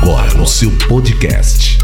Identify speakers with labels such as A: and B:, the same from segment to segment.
A: Agora no seu podcast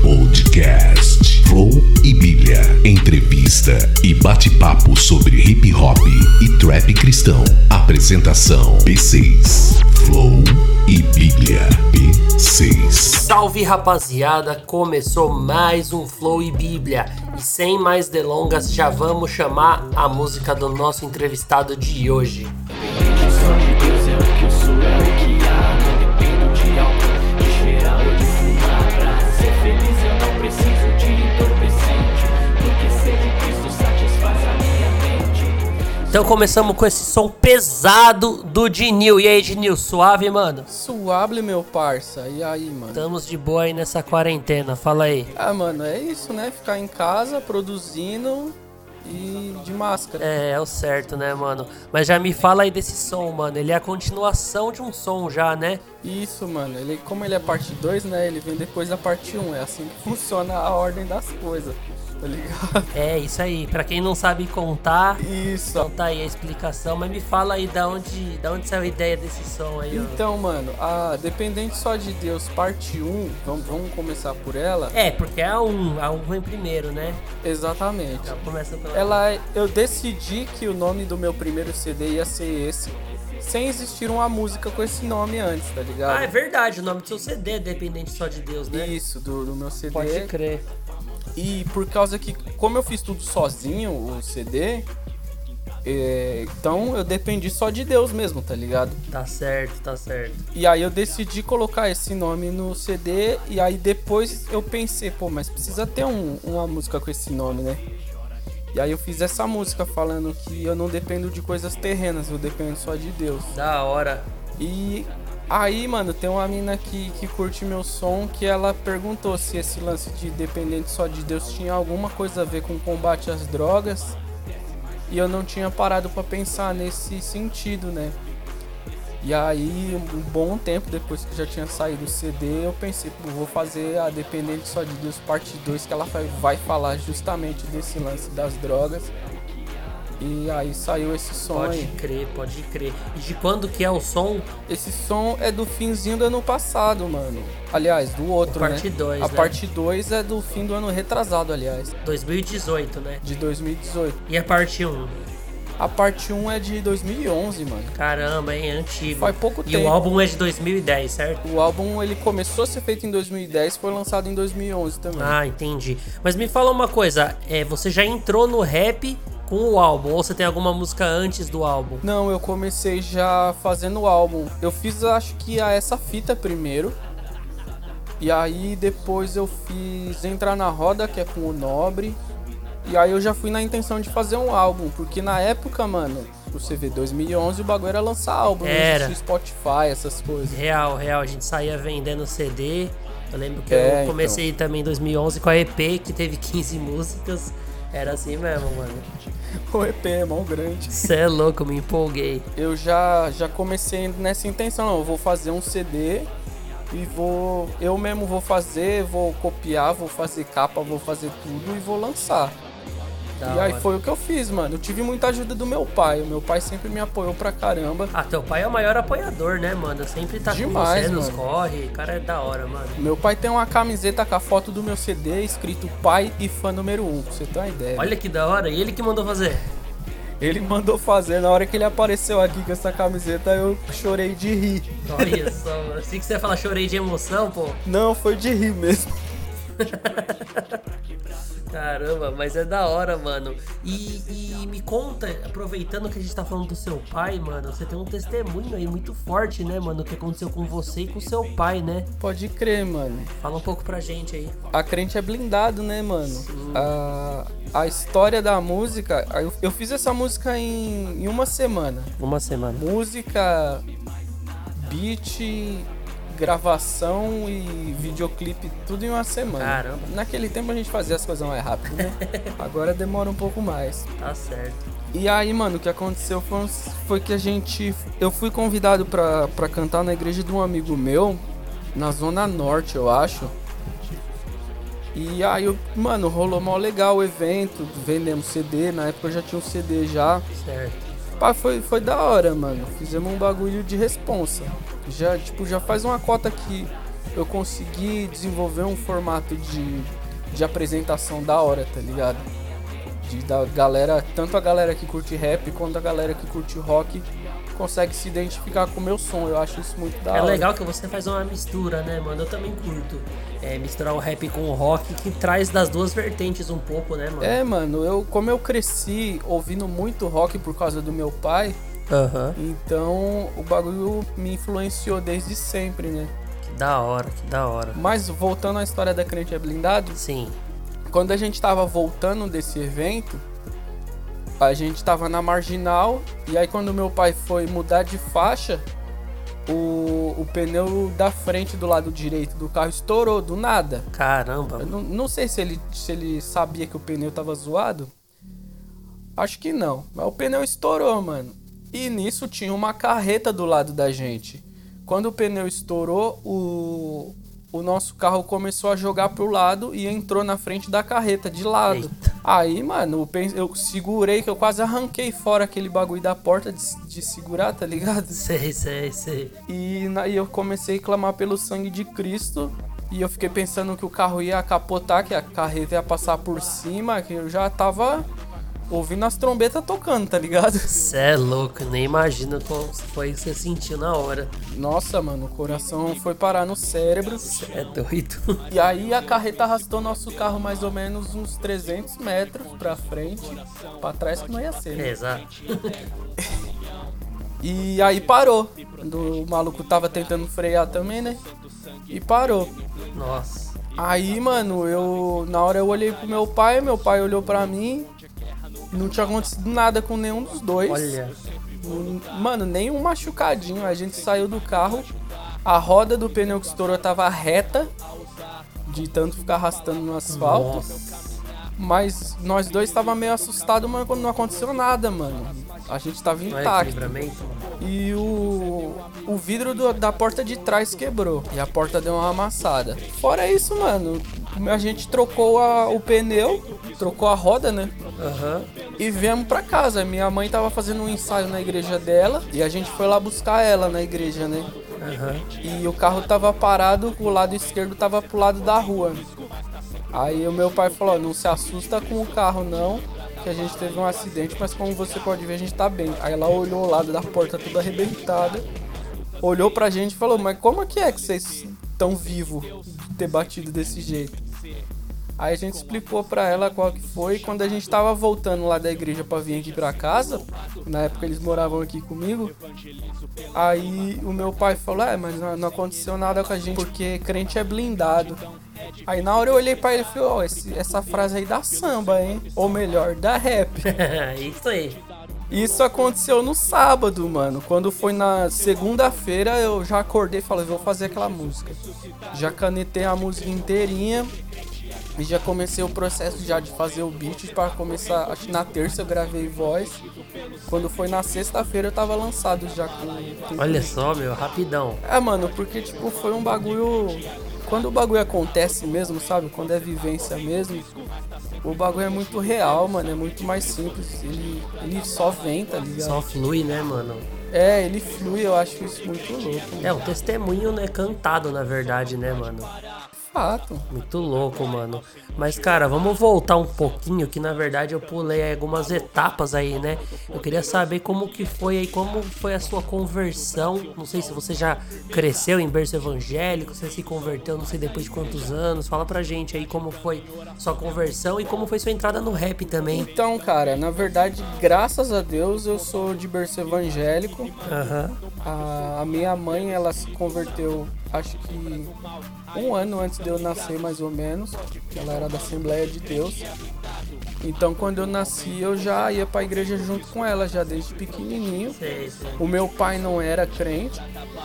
A: Flow e Bíblia. Entrevista e bate-papo sobre hip hop e trap cristão. Apresentação P6 Flow e Bíblia P6.
B: Salve rapaziada, começou mais um Flow e Bíblia. E sem mais delongas, já vamos chamar a música do nosso entrevistado de hoje.
C: Só de Deus é o que eu sou, é o que há. Não dependo de álcool, de cheirar ou de fumar. Pra ser feliz eu não preciso de entorpecente, porque ser de Cristo satisfaz a minha mente.
B: Então começamos com esse som pesado do Dinil. E aí, Dinil, suave, mano?
D: Suave, meu parça. E aí, mano?
B: Estamos de boa aí nessa quarentena, fala aí.
D: Ah, mano, é isso, né? Ficar em casa, produzindo e de máscara.
B: É o certo, né, mano? Mas já me fala aí desse som, mano. Ele é a continuação de um som já, né?
D: Isso, mano. Como ele é parte 2, né? Ele vem depois da parte 1. É assim que funciona a ordem das coisas, tá ligado?
B: É, isso aí. Pra quem não sabe contar,
D: Isso.
B: então tá aí a explicação. Mas me fala aí da onde saiu a ideia desse som aí, ó.
D: Então, mano, a Dependente Só de Deus, parte 1, vamos começar por ela?
B: É, porque a 1 vem primeiro, né?
D: Exatamente.
B: Então começa pela...
D: Eu decidi que o nome do meu primeiro CD ia ser esse, sem existir uma música com esse nome antes, tá ligado?
B: Ah, é verdade, o nome do seu CD é Dependente Só de Deus, né?
D: Isso, do meu CD.
B: Pode crer.
D: E por causa que, como eu fiz tudo sozinho, o CD, então eu dependi só de Deus mesmo, tá ligado?
B: Tá certo.
D: E aí eu decidi colocar esse nome no CD, e aí depois eu pensei, pô, mas precisa ter uma música com esse nome, né? E aí eu fiz essa música falando que eu não dependo de coisas terrenas, eu dependo só de Deus.
B: Da hora.
D: E aí, mano, tem uma mina que curte meu som, que ela perguntou se esse lance de dependente só de Deus tinha alguma coisa a ver com combate às drogas. E eu não tinha parado pra pensar nesse sentido, né? E aí, um bom tempo depois que já tinha saído o CD, eu pensei, pô, vou fazer a Dependente Só de Deus parte 2, que ela vai falar justamente desse lance das drogas. E aí saiu esse som aí.
B: Pode crer. E de quando que é o som?
D: Esse som é do finzinho do ano passado, mano. Aliás, do outro,
B: a parte 2,
D: A
B: né?
D: parte 2 é do fim do ano retrasado, aliás.
B: 2018, né?
D: De 2018.
B: E a parte 1?
D: A parte 1 é de 2011, mano.
B: Caramba, hein? Antigo.
D: Faz pouco tempo.
B: E o álbum é de 2010, certo?
D: O álbum, ele começou a ser feito em 2010, foi lançado em 2011 também.
B: Ah, entendi. Mas me fala uma coisa, você já entrou no rap com o álbum, ou você tem alguma música antes do álbum?
D: Não, eu comecei já fazendo o álbum. Eu fiz, acho que essa fita primeiro. E aí depois eu fiz Entrar na Roda, que é com o Nobre. E aí eu já fui na intenção de fazer um álbum, porque na época, mano, você vê 2011, o bagulho era lançar álbum, não existia Spotify, essas coisas.
B: Real, a gente saía vendendo CD. Eu lembro que eu comecei também em 2011 com a EP, que teve 15 músicas. Era assim mesmo, mano.
D: O EP é mó grande.
B: Cê é louco, eu me empolguei.
D: Eu já comecei nessa intenção, não, eu vou fazer um CD e eu mesmo vou fazer, vou copiar, vou fazer capa, vou fazer tudo e vou lançar. E aí foi o que eu fiz, mano. Eu tive muita ajuda do meu pai. O meu pai sempre me apoiou pra caramba.
B: Ah, teu pai é o maior apoiador, né, mano? Sempre tá
D: demais,
B: com você,
D: mano.
B: nos corre. O cara é da hora, mano.
D: Meu pai tem uma camiseta com a foto do meu CD escrito pai e fã número 1, pra você ter uma ideia.
B: Olha que da hora. E ele que mandou fazer?
D: Ele mandou fazer. Na hora que ele apareceu aqui com essa camiseta, eu chorei de rir.
B: Olha só, mano. Assim que você ia falar chorei de emoção, pô.
D: Não, foi de rir mesmo.
B: Caramba, mas é da hora, mano. E me conta, aproveitando que a gente tá falando do seu pai, mano, você tem um testemunho aí muito forte, né, mano, que aconteceu com você e com seu pai, né?
D: Pode crer, mano.
B: Fala um pouco pra gente aí.
D: A crente é blindado, né, mano? A história da música, eu fiz essa música em uma semana.
B: Uma semana.
D: Música, beat, gravação e videoclipe, tudo em uma semana.
B: Caramba.
D: Naquele tempo a gente fazia as coisas mais rápido, né? Agora demora um pouco mais.
B: Tá certo.
D: E aí, mano, o que aconteceu foi que eu fui convidado pra cantar na igreja de um amigo meu, na Zona Norte, eu acho. E aí, mano, rolou mó legal o evento, vendemos CD, na época eu já tinha um CD já.
B: Certo.
D: Pá, foi da hora, mano. Fizemos um bagulho de responsa. Já faz uma cota eu consegui desenvolver um formato de apresentação da hora, tá ligado? Da galera, tanto a galera que curte rap quanto a galera que curte rock consegue se identificar com o meu som. Eu acho isso muito da hora.
B: É legal que você faz uma mistura, né, mano? Eu também curto misturar o rap com o rock, que traz das duas vertentes um pouco, né, mano?
D: É, mano, como eu cresci ouvindo muito rock por causa do meu pai, então o bagulho me influenciou desde sempre, né?
B: Que da hora, que da hora.
D: Mas voltando à história da Crente é Blindado,
B: sim.
D: Quando a gente tava voltando desse evento, a gente tava na Marginal, e aí quando meu pai foi mudar de faixa, o pneu da frente do lado direito do carro estourou do nada.
B: Caramba.
D: Eu não sei se ele sabia que o pneu tava zoado. Acho que não, mas o pneu estourou, mano. E nisso tinha uma carreta do lado da gente. Quando o pneu estourou, o nosso carro começou a jogar pro lado e entrou na frente da carreta, de lado.
B: Eita.
D: Aí, mano, eu segurei, que eu quase arranquei fora aquele bagulho da porta de segurar, tá ligado?
B: Sei.
D: E eu comecei a clamar pelo sangue de Cristo. E eu fiquei pensando que o carro ia capotar, que a carreta ia passar por cima, que eu já tava ouvindo as trombetas tocando, tá ligado?
B: Cê é louco, nem imagino como foi que você sentiu na hora.
D: Nossa, mano, o coração foi parar no cérebro.
B: Cê é doido.
D: E aí a carreta arrastou nosso carro mais ou menos uns 300 metros pra frente. Pra trás que não ia ser, né?
B: Exato.
D: E aí parou. O maluco tava tentando frear também, né? E parou.
B: Nossa.
D: Aí, mano, na hora eu olhei pro meu pai olhou pra mim. Não tinha acontecido nada com nenhum dos dois.
B: Olha.
D: Mano, nem um machucadinho. A gente saiu do carro, a roda do pneu que estourou tava reta, de tanto ficar arrastando no asfalto.
B: Nossa.
D: Mas nós dois tava meio assustados, mas quando não aconteceu nada, mano. A gente tava
B: Não é
D: intacto.
B: equilibramento, mano?
D: E o vidro da porta de trás quebrou. E a porta deu uma amassada. Fora isso, mano, a gente trocou o pneu, trocou a roda, né? E viemos pra casa. Minha mãe tava fazendo um ensaio na igreja dela. E a gente foi lá buscar ela na igreja, né? E o carro tava parado, o lado esquerdo tava pro lado da rua. Aí o meu pai falou, não se assusta com o carro não, que a gente teve um acidente, mas como você pode ver, a gente tá bem. Aí ela olhou o lado da porta toda arrebentada, olhou pra gente e falou, mas como é que vocês estão vivos de ter batido desse jeito? Aí a gente explicou pra ela qual que foi. Quando a gente tava voltando lá da igreja pra vir aqui pra casa, na época eles moravam aqui comigo, aí o meu pai falou, mas não aconteceu nada com a gente porque crente é blindado. Aí na hora eu olhei pra ele e falei, essa frase aí dá samba, hein? Ou melhor, dá rap.
B: Isso aí.
D: Isso aconteceu no sábado, mano. Quando foi na segunda-feira, eu já acordei e falei, vou fazer aquela música. Já canetei a música inteirinha e já comecei o processo já de fazer o beat pra começar. Acho que na terça eu gravei voz. Quando foi na sexta-feira eu tava lançado já com...
B: Olha só, meu, rapidão.
D: Mano, porque tipo, foi um bagulho... Quando o bagulho acontece mesmo, sabe? Quando é vivência mesmo, o bagulho é muito real, mano. É muito mais simples. Ele só vem, tá ligado?
B: Só flui, né, mano?
D: Ele flui, eu acho isso muito louco. Mano.
B: Um testemunho, né, cantado, na verdade, né, mano?
D: Fato.
B: Muito louco, mano. Mas, cara, vamos voltar um pouquinho, que na verdade eu pulei algumas etapas aí, né? Eu queria saber como que foi aí, como foi a sua conversão. Não sei se você já cresceu em berço evangélico, você se converteu, não sei depois de quantos anos. Fala pra gente aí como foi sua conversão e como foi sua entrada no rap também.
D: Então, cara, na verdade, graças a Deus, eu sou de berço evangélico. A minha mãe, ela se converteu, acho que 1 ano antes de eu nascer, mais ou menos. Ela era da Assembleia de Deus. Então, quando eu nasci, eu já ia pra igreja junto com ela, já desde pequenininho.
B: Sei.
D: O meu pai não era crente.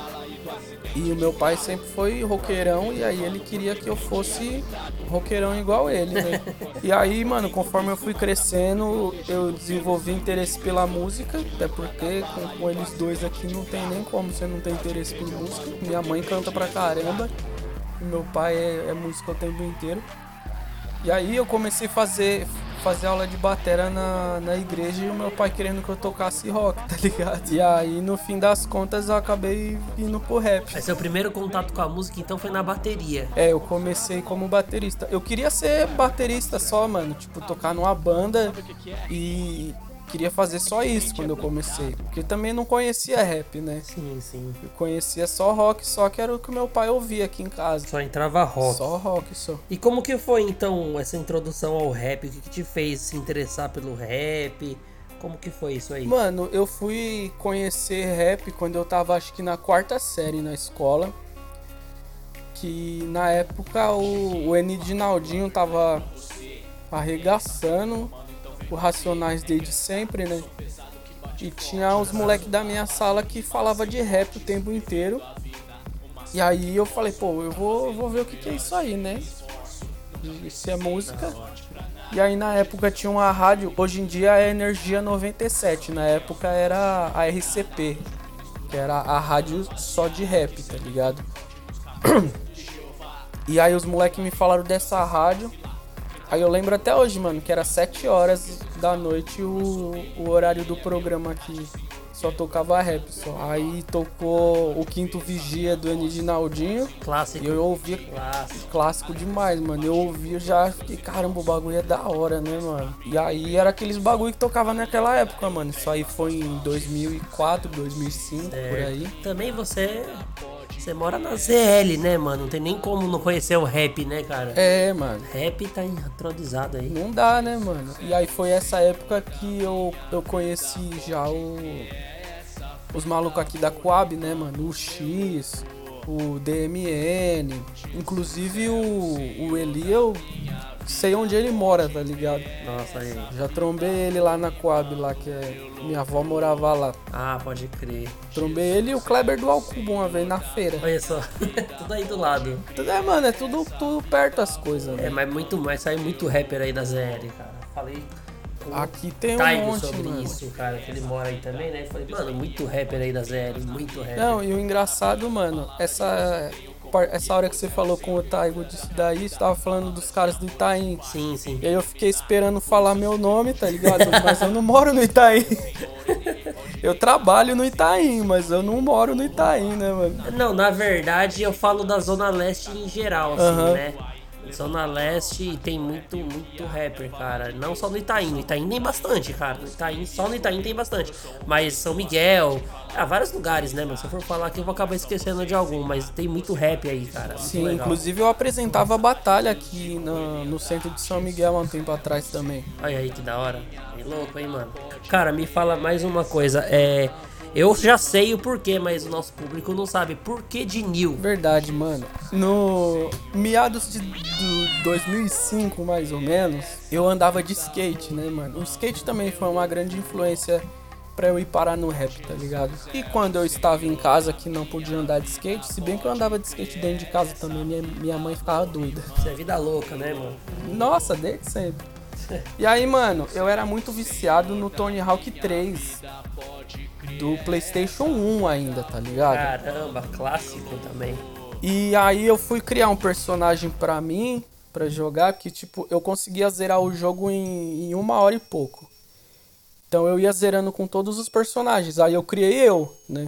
D: E o meu pai sempre foi roqueirão, e aí ele queria que eu fosse roqueirão igual ele, né? E aí, mano, conforme eu fui crescendo, eu desenvolvi interesse pela música, até porque com eles dois aqui não tem nem como você não ter interesse por música. Minha mãe canta pra caramba, e meu pai é músico o tempo inteiro. E aí eu comecei a fazia aula de batera na igreja e o meu pai querendo que eu tocasse rock, tá ligado? E aí, no fim das contas, eu acabei indo pro rap.
B: Mas seu primeiro contato com a música, então, foi na bateria.
D: Eu comecei como baterista. Eu queria ser baterista só, mano. Tipo, tocar numa banda e queria fazer só isso quando eu comecei. Porque também não conhecia rap, né?
B: Sim, sim.
D: Eu conhecia só rock, só que era o que meu pai ouvia aqui em casa.
B: Só entrava rock.
D: Só rock, só.
B: E como que foi, então, essa introdução ao rap? O que te fez se interessar pelo rap? Como que foi isso aí?
D: Mano, eu fui conhecer rap quando eu tava, acho que na 4ª série na escola. Que na época o Enidinaldinho tava arregaçando, o Racionais desde sempre, né? E tinha os moleques da minha sala que falava de rap o tempo inteiro. E aí eu falei, pô, eu vou ver o que é isso aí, né? Se é música. E aí na época tinha uma rádio, hoje em dia é Energia 97, na época era a RCP, que era a rádio só de rap, tá ligado? E aí os moleques me falaram dessa rádio. Aí eu lembro até hoje, mano, que era 7 horas da noite o horário do programa aqui. Só tocava rap só. Aí tocou o Quinto Vigia do Enidinaldinho.
B: Clássico.
D: E eu ouvia clássico demais, mano. Eu ouvia já fiquei, caramba, o bagulho é da hora, né, mano? E aí era aqueles bagulho que tocava naquela época, mano. Isso aí foi em 2004, 2005, por aí.
B: Também você mora na ZL, né, mano? Não tem nem como não conhecer o rap, né, cara?
D: É, mano.
B: Rap tá introduzado aí.
D: Não dá, né, mano? E aí foi essa época que eu conheci já os malucos aqui da Coab, né, mano? O X, o DMN, inclusive o Eli, eu sei onde ele mora, tá ligado?
B: Nossa, aí.
D: Já trombei ele lá na Coab, lá que minha avó morava lá.
B: Ah, pode crer.
D: Trombei ele e o Kleber do Alcubo uma vez na feira.
B: Olha só, tudo aí do lado.
D: Mano, é tudo perto as coisas, né?
B: Mas sai muito rapper aí da ZL, cara. Falei com
D: Aqui tem um
B: Taigo
D: monte,
B: sobre
D: mano.
B: isso, cara, que ele mora aí também, né? Falei, mano, muito rapper aí da ZL, muito rapper.
D: Não, e o engraçado, mano, essa hora que você falou com o Taigo disso daí, você tava falando dos caras do Itaim.
B: Sim, sim.
D: E aí eu fiquei esperando falar meu nome, tá ligado? Mas eu não moro no Itaim. Eu trabalho no Itaim, mas eu não moro no Itaim, né, mano?
B: Não, na verdade eu falo da Zona Leste em geral, assim, né? Zona Leste tem muito rapper, cara. Não só no Itaim. No Itaim tem bastante, cara. Só no Itaim tem bastante. Mas São Miguel, vários lugares, né, mano? Se eu for falar aqui eu vou acabar esquecendo de algum. Mas tem muito rap aí, cara. Muito
D: Sim,
B: legal.
D: inclusive eu apresentava a batalha aqui no centro de São Miguel há um tempo atrás também.
B: Olha aí que da hora. Que louco, hein, mano? Cara, me fala mais uma coisa. Eu já sei o porquê, mas o nosso público não sabe. Por que de Nil?
D: Verdade, mano. No meados de 2005, mais ou menos, eu andava de skate, né, mano? O skate também foi uma grande influência pra eu ir parar no rap, tá ligado? E quando eu estava em casa que não podia andar de skate, se bem que eu andava de skate dentro de casa também, minha mãe ficava doida.
B: Isso é vida louca, né, mano?
D: Nossa, desde sempre. E aí, mano, eu era muito viciado no Tony Hawk 3. Do PlayStation 1 ainda, tá ligado?
B: Caramba, clássico também.
D: E aí eu fui criar um personagem pra mim, pra jogar, que tipo, eu conseguia zerar o jogo em 1 hora e pouco. Então eu ia zerando com todos os personagens. Aí eu criei né?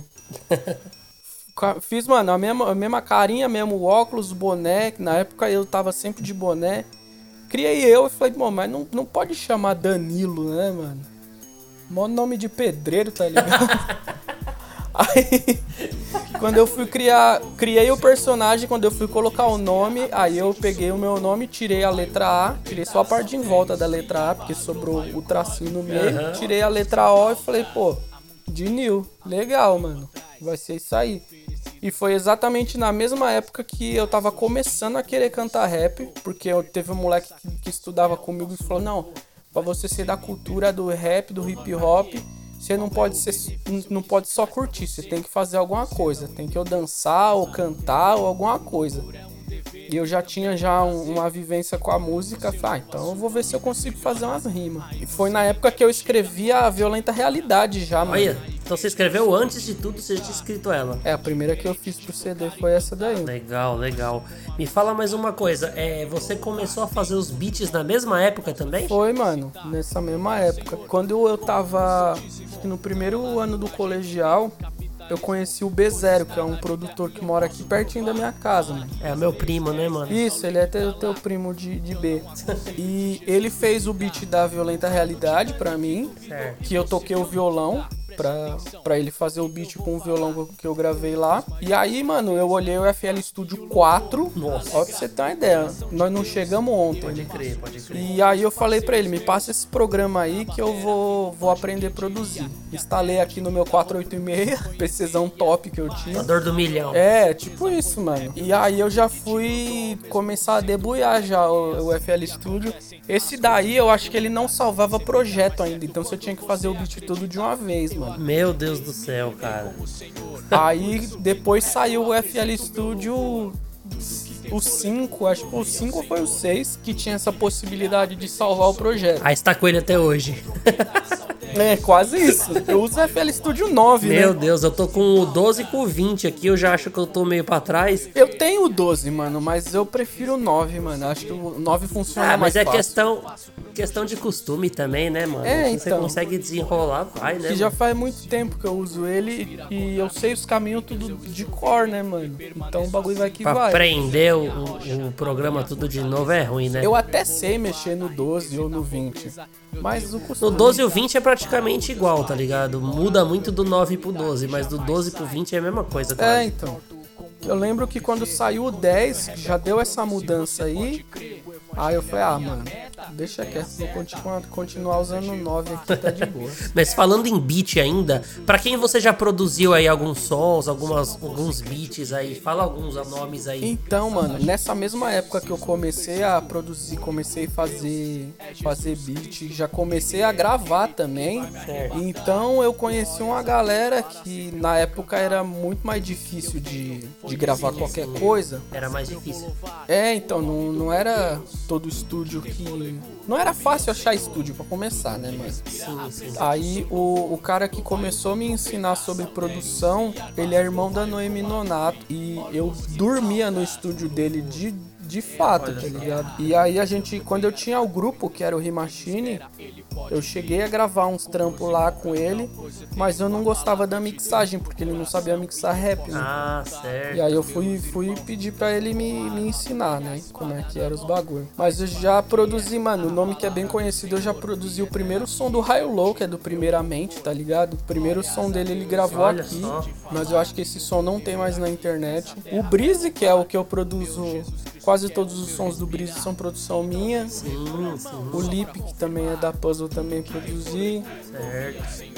D: Fiz, mano, a mesma carinha, mesmo óculos, boné. Na época eu tava sempre de boné. Criei eu e falei, bom, mas não pode chamar Danilo, né, mano? Mó nome de pedreiro, tá ligado? Aí, quando eu fui criei o personagem, quando eu fui colocar o nome, aí eu peguei o meu nome, tirei a letra A, tirei só a parte em volta da letra A, porque sobrou o tracinho no meio, tirei a letra O e falei, pô, de Nil, legal, mano, vai ser isso aí. E foi exatamente na mesma época que eu tava começando a querer cantar rap, porque teve um moleque que estudava comigo e falou, não, pra você ser da cultura do rap, do hip hop, você não pode só curtir, você tem que fazer alguma coisa, tem que ou dançar, ou cantar, ou alguma coisa. E eu já tinha uma vivência com a música, falei, então eu vou ver se eu consigo fazer umas rimas. E foi na época que eu escrevia a Violenta Realidade já, mano.
B: Olha, Então você escreveu antes de tudo, você tinha escrito ela.
D: A primeira que eu fiz pro CD foi essa daí.
B: Legal, legal. Me fala mais uma coisa, você começou a fazer os beats na mesma época também?
D: Foi, mano, nessa mesma época. Quando eu tava, acho que no primeiro ano do colegial, eu conheci o B0, que é um produtor que mora aqui pertinho da minha casa, mano.
B: É o meu primo, né, mano?
D: Isso, ele é teu primo de B. E ele fez o beat da Violenta Realidade pra mim,
B: Certo.
D: que eu toquei o violão pra ele fazer o beat com o violão que eu gravei lá. E aí, mano, eu olhei o FL Studio 4.
B: Nossa.
D: Ó, pra você ter uma ideia. Nós não chegamos ontem.
B: Pode crer, pode crer.
D: E aí eu falei pra ele, me passa esse programa aí que eu vou aprender a produzir. Instalei aqui no meu 486, PCzão top que eu tinha.
B: A dor do milhão.
D: Tipo isso, mano. E aí eu já fui começar a debulhar já o FL Studio. Esse daí eu acho que ele não salvava projeto ainda, então você tinha que fazer o beat todo de uma vez, mano.
B: Meu Deus do céu, cara.
D: Aí depois saiu o FL Studio, o 5, acho que o 5 foi o 6, que tinha essa possibilidade de salvar o projeto.
B: Aí está com ele até hoje.
D: Quase isso. Eu uso o FL Studio 9,
B: Meu
D: né?
B: Deus, eu tô com o 12 e com o 20 aqui, eu já acho que eu tô meio pra trás.
D: Eu tenho o 12, mano, mas eu prefiro o 9, mano. Acho que o 9 funciona mais
B: Mas é
D: fácil.
B: questão de costume também, né, mano? Se você
D: Então.
B: consegue desenrolar, vai, né?
D: Que já
B: mano?
D: faz muito tempo que eu uso ele e eu sei os caminhos tudo de cor, né, mano? Então o bagulho vai que
B: Pra
D: vai.
B: aprender o programa tudo de novo é ruim, né?
D: Eu até sei mexer no 12 ou no 20, mas o
B: No
D: costume...
B: 12 e o 20 é praticamente igual, tá ligado? Muda muito do 9 pro 12, mas do 12 pro 20 é a mesma coisa, cara.
D: Então. Eu lembro que quando saiu o 10, já deu essa mudança aí eu falei, mano, deixa quieto, vou continuar usando o 9 aqui, tá de boa.
B: Mas falando em beat ainda, pra quem você já produziu aí alguns sons, alguns beats aí, fala alguns nomes aí.
D: Então, mano, nessa mesma época que eu comecei a produzir, comecei a fazer beat, já comecei a gravar também.
B: Certo.
D: Então eu conheci uma galera que na época era muito mais difícil de gravar qualquer coisa.
B: Era mais difícil.
D: Então, não era todo estúdio que... Não era fácil achar estúdio pra começar, né, mano?
B: Sim.
D: Aí o cara que começou a me ensinar sobre produção, ele é irmão da Noemi Nonato. E eu dormia no estúdio dele de fato, tá ligado? E aí quando eu tinha o grupo, que era o Rimachine, eu cheguei a gravar uns trampos lá com ele, mas eu não gostava da mixagem, porque ele não sabia mixar rap, né?
B: Certo.
D: E aí eu fui pedir pra ele me ensinar, né? Como é que era os bagulho. Mas eu já produzi, mano, o nome que é bem conhecido, eu já produzi o primeiro som do Raio Low, que é do Primeiramente, tá ligado? O primeiro som dele ele gravou
B: Olha
D: aqui,
B: só.
D: mas eu acho que esse som não tem mais na internet. O Breeze, que é o que eu produzo, quase todos os sons do Breeze são produção minha.
B: Sim.
D: O Lip, que também é da Puzzle, também produzi.
B: Certo.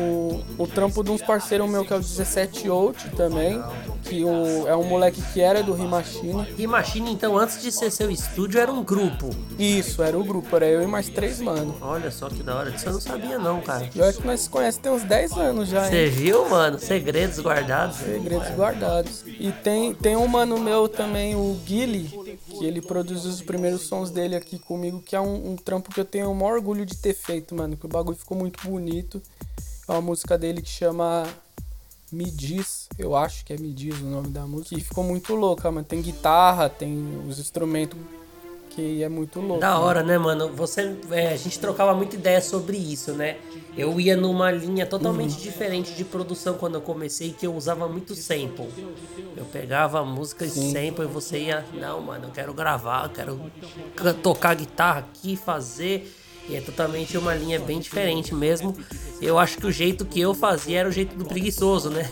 D: O trampo de uns parceiros meu que é o 17 Out também, que é um moleque que era do Rimachine.
B: Rimachine, então, antes de ser seu estúdio, era um grupo.
D: Isso, era o grupo, era eu e mais 3 mano.
B: Olha só que da hora, disso eu não sabia não, cara.
D: Eu acho que nós se conhecemos tem uns 10 anos já, hein?
B: Você viu, mano? Segredos guardados.
D: Segredos guardados. E tem um mano meu também, o Guile, que ele produziu os primeiros sons dele aqui comigo, que é um trampo que eu tenho o maior orgulho de ter feito, mano, que o bagulho ficou muito bonito. É uma música dele que chama Me Diz, eu acho que é Me Diz o nome da música. E ficou muito louca, mano. Tem guitarra, tem os instrumentos que é muito louco.
B: Da hora, né, mano? A gente trocava muita ideia sobre isso, né? Eu ia numa linha totalmente diferente de produção quando eu comecei, que eu usava muito sample. Eu pegava a música e sample e você ia... Não, mano, eu quero gravar, quero tocar guitarra aqui, fazer... E é totalmente uma linha bem diferente mesmo. Eu acho que o jeito que eu fazia era o jeito do preguiçoso, né?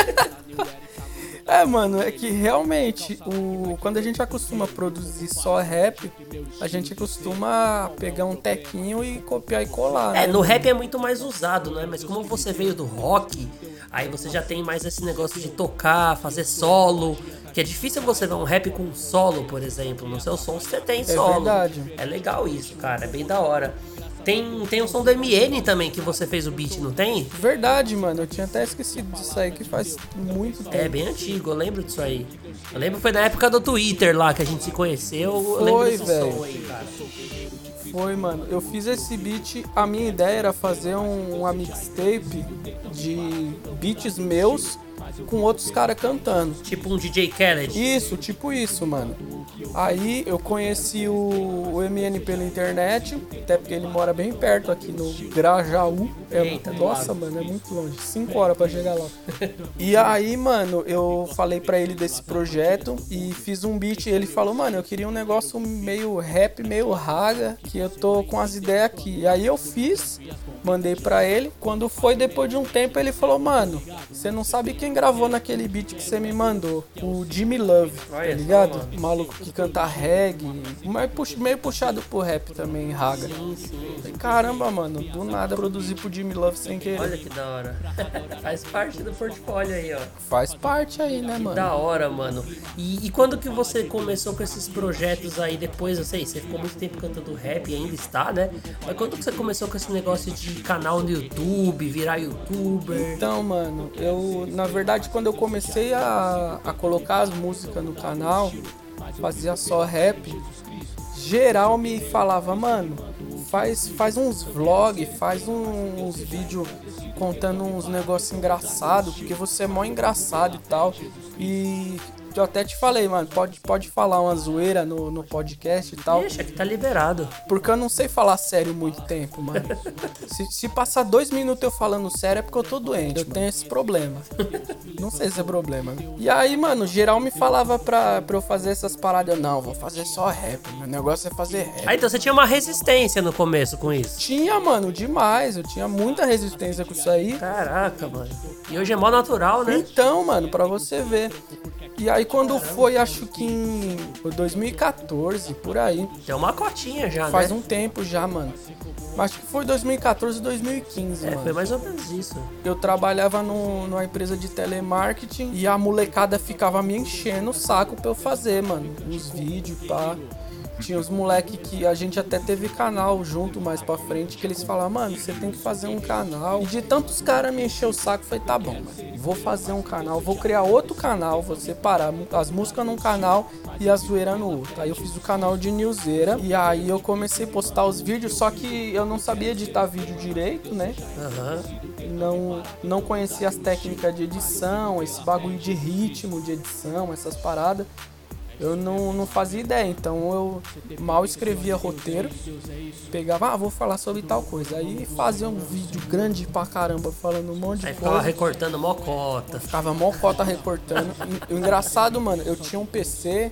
D: Mano, é que realmente, quando a gente acostuma produzir só rap, a gente costuma pegar um tequinho e copiar e colar, né?
B: No rap é muito mais usado, né? Mas como você veio do rock, aí você já tem mais esse negócio de tocar, fazer solo. Que é difícil você ver um rap com solo, por exemplo. No seu som você tem solo.
D: É verdade.
B: É legal isso, cara. É bem da hora. Tem um som do MN também que você fez o beat, não tem?
D: Verdade, mano. Eu tinha até esquecido disso aí, que faz muito tempo.
B: É bem antigo, eu lembro disso aí. Eu lembro que foi na época do Twitter lá que a gente se conheceu. Eu lembro desse som aí, cara.
D: Foi, mano. Eu fiz esse beat, a minha ideia era fazer uma mixtape de beats meus com outros caras cantando.
B: Tipo um DJ Khaled.
D: Isso, tipo isso, mano. Aí eu conheci o MN pela internet, até porque ele mora bem perto aqui no Grajaú.
B: Eita,
D: nossa, mano, é muito longe. 5 horas pra chegar lá. E aí, mano, eu falei pra ele desse projeto e fiz um beat. E ele falou, mano, eu queria um negócio meio rap, meio raga, que eu tô com as ideias aqui. E aí eu fiz, mandei pra ele. Quando foi depois de um tempo, ele falou, mano, você não sabe quem gravou naquele beat que você me mandou? O Jimmy Love, tá ligado? O maluco que canta reggae, meio puxado pro rap também, raga.
B: Sim.
D: Caramba, mano, do nada produzi pro Jimmy Love sem querer.
B: Olha que da hora. Faz parte do portfólio aí, ó.
D: Faz parte aí, né, mano?
B: Da hora, mano. E quando que você começou com esses projetos aí depois? Eu sei, você ficou muito tempo cantando rap e ainda está, né? Mas quando que você começou com esse negócio de canal no YouTube, virar youtuber?
D: Então, mano, na verdade, quando eu comecei a colocar as músicas no canal, fazia só rap, geral me falava, mano, faz uns vlogs, faz uns vídeos contando uns negócios engraçados, porque você é mó engraçado e tal. E eu até te falei, mano, pode falar uma zoeira no podcast e tal.
B: Deixa que tá liberado.
D: Porque eu não sei falar sério muito tempo, mano. Se passar 2 minutos eu falando sério é porque eu tô doente. Eu tenho esse problema. Não sei se é problema. E aí, mano, geral me falava pra eu fazer essas paradas. Eu, não, vou fazer só rap. Meu negócio é fazer rap.
B: Ah, então você tinha uma resistência no começo com isso?
D: Tinha, mano, demais. Eu tinha muita resistência com isso aí.
B: Caraca, mano. E hoje é mó natural, né?
D: Então, mano, pra você ver. E aí quando foi, acho que em 2014, por aí.
B: Tem uma cotinha já,
D: Faz
B: né?
D: um tempo já, mano. Acho que foi 2014, 2015, mano.
B: Foi mais ou menos isso.
D: Eu trabalhava numa empresa de telemarketing e a molecada ficava me enchendo o saco pra eu fazer, mano. Uns vídeos, pá. Tinha uns moleque que a gente até teve canal junto mais pra frente, que eles falavam, mano, você tem que fazer um canal. E de tantos caras me encher o saco, eu falei, tá bom, mano, vou fazer um canal, vou criar outro canal, vou separar as músicas num canal e a zoeira no outro. Aí eu fiz o canal de newsera e aí eu comecei a postar os vídeos, só que eu não sabia editar vídeo direito, né? Não conhecia as técnicas de edição, esse bagulho de ritmo de edição, essas paradas. Eu não fazia ideia, então eu mal escrevia roteiro, pegava, vou falar sobre tal coisa. Aí fazia um vídeo grande pra caramba, falando um monte de coisa. Aí
B: ficava recortando mocota.
D: Ficava mocota recortando. E o engraçado, mano, eu tinha um PC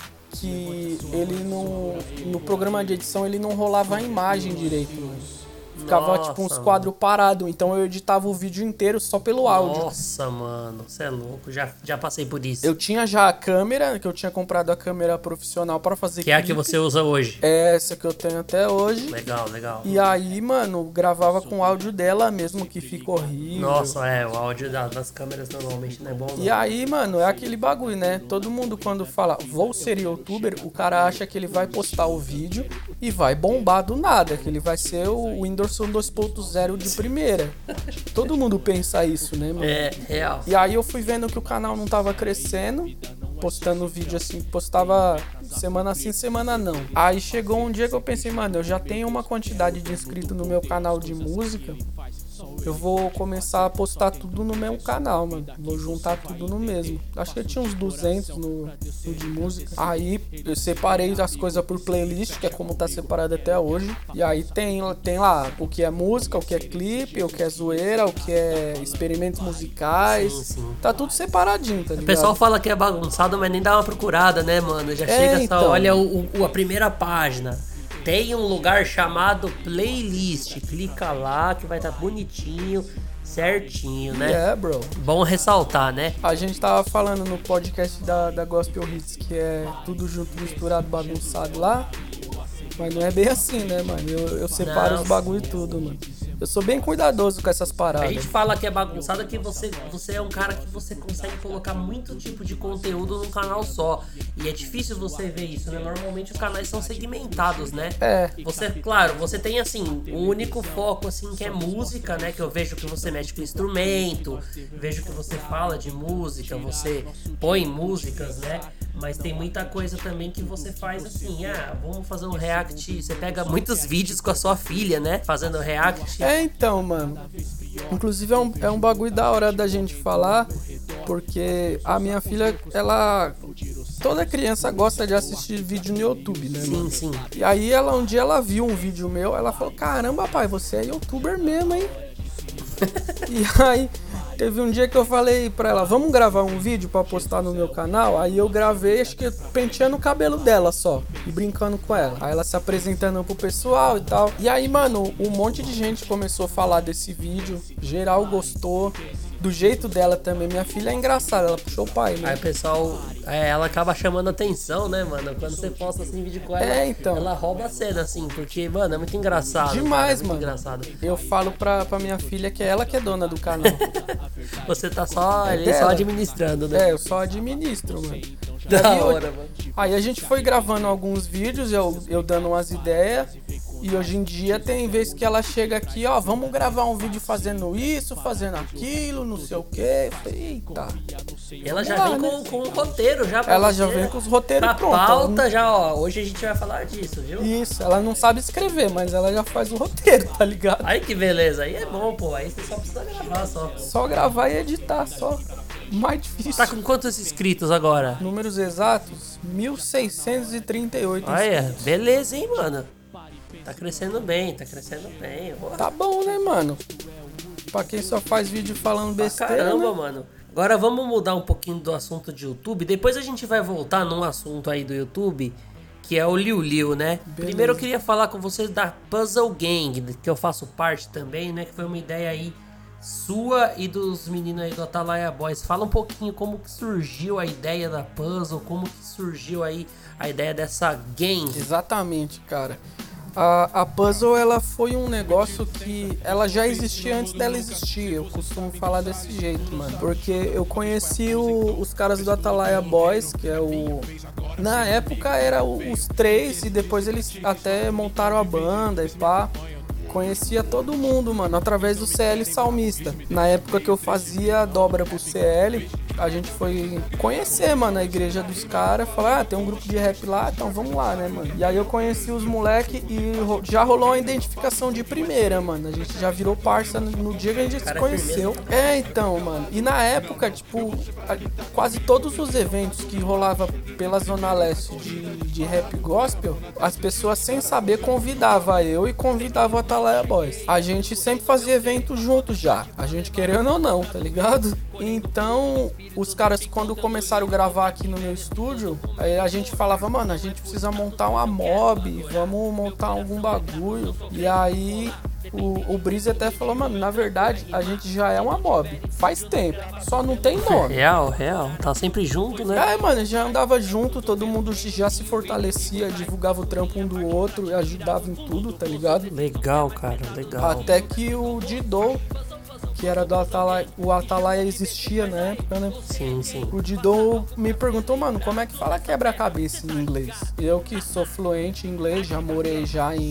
D: que ele no programa de edição ele não rolava a imagem direito, mano. Ficava tipo uns quadros parados, então eu editava o vídeo inteiro só pelo áudio.
B: Nossa, mano, você é louco, já passei por isso.
D: Eu tinha já a câmera, que eu tinha comprado a câmera profissional pra fazer
B: que é a que você usa hoje.
D: É essa que eu tenho até hoje.
B: Legal.
D: E aí, mano, gravava com o áudio dela mesmo, que fica horrível.
B: Nossa, o áudio das câmeras normalmente não é bom, não.
D: E aí, mano, é aquele bagulho, né? Todo mundo quando fala, vou ser youtuber, o cara acha que ele vai postar o vídeo e vai bombar do nada, que ele vai ser o Whindersson 2.0 de primeira. Todo mundo pensa isso, né, mano?
B: É, real.
D: E aí eu fui vendo que o canal não tava crescendo, postando vídeo assim, postava semana sim, semana não. Aí chegou um dia que eu pensei, mano, eu já tenho uma quantidade de inscritos no meu canal de música, eu vou começar a postar tudo no meu canal, mano. Vou juntar tudo no mesmo. Acho que eu tinha uns 200 no de música. Aí eu separei as coisas por playlist, que é como tá separado até hoje. E aí tem lá o que é música, o que é clipe, o que é zoeira, o que é experimentos musicais.
B: Sim.
D: Tá tudo separadinho, tá ligado?
B: O pessoal fala que é bagunçado, mas nem dá uma procurada, né, mano? Já chega
D: então.
B: só, olha a primeira página. Tem um lugar chamado playlist. Clica lá que vai estar bonitinho, certinho, né?
D: Bro.
B: Bom ressaltar, né?
D: A gente tava falando no podcast da Gospel Hits que é tudo junto, misturado, bagunçado lá. Mas não é bem assim, né, mano? Eu separo os bagulho e tudo, mano. Eu sou bem cuidadoso com essas paradas.
B: A gente fala que é bagunçado que você é um cara que você consegue colocar muito tipo de conteúdo num canal só. E é difícil você ver isso, né? Normalmente os canais são segmentados, né? Claro, você tem assim, um único foco assim que é música, né? Que eu vejo que você mexe com instrumento, vejo que você fala de música, você põe músicas, né? Mas tem muita coisa também que você faz assim, vamos fazer um react. Você pega muitos vídeos com a sua filha, né? Fazendo react.
D: Então, mano. Inclusive é um bagulho da hora da gente falar, porque a minha filha, toda criança gosta de assistir vídeo no YouTube, né?
B: Sim, sim.
D: E aí um dia ela viu um vídeo meu, ela falou, caramba, pai, você é youtuber mesmo, hein? E aí teve um dia que eu falei pra ela, vamos gravar um vídeo pra postar no meu canal? Aí eu gravei, acho que penteando o cabelo dela só, e brincando com ela. Aí ela se apresentando pro pessoal e tal. E aí, mano, um monte de gente começou a falar desse vídeo, geral gostou. Do jeito dela também, minha filha é engraçada, ela puxou o pai, né?
B: Aí o pessoal, ela acaba chamando atenção, né, mano? Quando você posta assim vídeo com ela,
D: então.
B: Ela rouba a cena, assim, porque, mano, é muito engraçado.
D: Demais,
B: cara, é muito
D: mano.
B: Engraçado.
D: Eu falo pra minha filha que é ela que é dona do canal.
B: Você tá só ali, só administrando, né?
D: Eu só administro, mano.
B: Da hora, mano.
D: Aí a gente foi gravando alguns vídeos, eu dando umas ideias. E hoje em dia tem vezes que ela chega aqui, vamos gravar um vídeo fazendo isso, fazendo aquilo, não sei o quê. Eita.
B: Ela já vem com um roteiro já pra
D: Ela
B: você,
D: já vem com os roteiros prontos.
B: Pauta já, hoje a gente vai falar disso, viu?
D: Isso, ela não sabe escrever, mas ela já faz o roteiro, tá ligado?
B: Aí que beleza, aí é bom, pô. Aí você só precisa gravar, só.
D: Só gravar e editar, só. Mais difícil.
B: Tá com quantos inscritos agora?
D: Números exatos, 1.638 inscritos.
B: Beleza, hein, mano? Tá crescendo bem, Porra.
D: Tá bom, né, mano? Pra quem só faz vídeo falando besteira,
B: Caramba,
D: né?
B: mano. Agora vamos mudar um pouquinho do assunto de YouTube. Depois a gente vai voltar num assunto aí do YouTube, que é o Liu Liu, né?
D: Beleza.
B: Primeiro eu queria falar com vocês da Puzzle Gang, que eu faço parte também, né? Que foi uma ideia aí sua e dos meninos aí do Atalaia Boys. Fala um pouquinho como que surgiu a ideia da Puzzle, como que surgiu aí a ideia dessa gang.
D: Exatamente, cara. A Puzzle, ela foi um negócio que ela já existia antes dela existir. Eu costumo falar desse jeito, mano. Porque eu conheci os caras do Atalaia Boys, que é o... Na época era os três e depois eles até montaram a banda e pá. Conhecia todo mundo, mano, através do CL Salmista. Na época que eu fazia dobra pro CL, a gente foi conhecer, mano, a igreja dos caras. Falar, tem um grupo de rap lá, então vamos lá, né, mano. E aí eu conheci os moleque e já rolou uma identificação de primeira, mano. A gente já virou parça no dia que a gente se conheceu. Então, mano. E na época, tipo, quase todos os eventos que rolava pela Zona Leste de rap gospel, as pessoas sem saber convidavam eu e convidavam a Atalaia Boys. A gente sempre fazia evento junto já. A gente querendo ou não, tá ligado? Então, os caras quando começaram a gravar aqui no meu estúdio, aí a gente falava, mano, a gente precisa montar uma mob, vamos montar algum bagulho. E aí o Breeze até falou, mano, na verdade a gente já é uma mob, faz tempo, só não tem nome.
B: Real, tá sempre junto, né?
D: Mano, já andava junto, todo mundo já se fortalecia, divulgava o trampo um do outro e ajudava em tudo, tá ligado?
B: Legal, cara, legal.
D: Até que o Dido, que era do Atalaia, o Atalaia existia na época, né?
B: Sim.
D: O Dido me perguntou, mano, como é que fala quebra-cabeça em inglês? Eu que sou fluente em inglês, já morei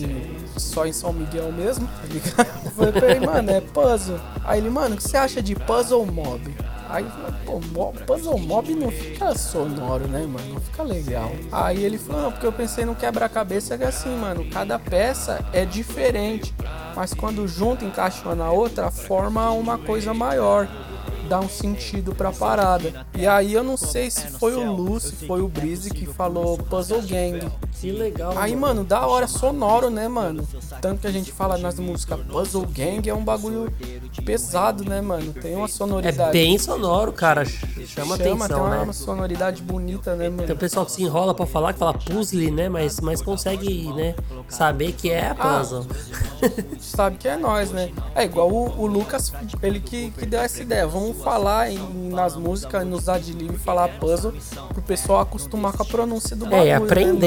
D: só em São Miguel mesmo, tá ligado? Eu falei pra ele, mano, é puzzle. Aí ele, mano, o que você acha de puzzle mob? Aí eu falei, pô, puzzle mob não fica sonoro, né, mano? Não fica legal. Aí ele falou, não, porque eu pensei no quebra-cabeça que é assim, mano, cada peça é diferente, mas quando junta, encaixa uma na outra, forma uma coisa maior, dá um sentido pra parada. E aí eu não sei se foi o Lu, se foi o Breeze que falou Puzzle Gang.
B: Que legal.
D: Aí, mano, da hora, sonoro, né, mano? Tanto que a gente fala nas músicas Puzzle Gang, é um bagulho pesado, né, mano? Tem uma sonoridade.
B: É bem sonoro, cara. Chama atenção,
D: tem uma
B: né?
D: sonoridade bonita, né, mano?
B: Tem o pessoal que se enrola pra falar, que fala puzzle, né? Mas consegue, né, saber que é a puzzle.
D: Sabe que é nós, né? É igual o Lucas, ele que deu essa ideia. Vamos falar nas músicas, nos adlibs, falar puzzle, pro pessoal acostumar com a pronúncia do bagulho.
B: É aprender, né, cara?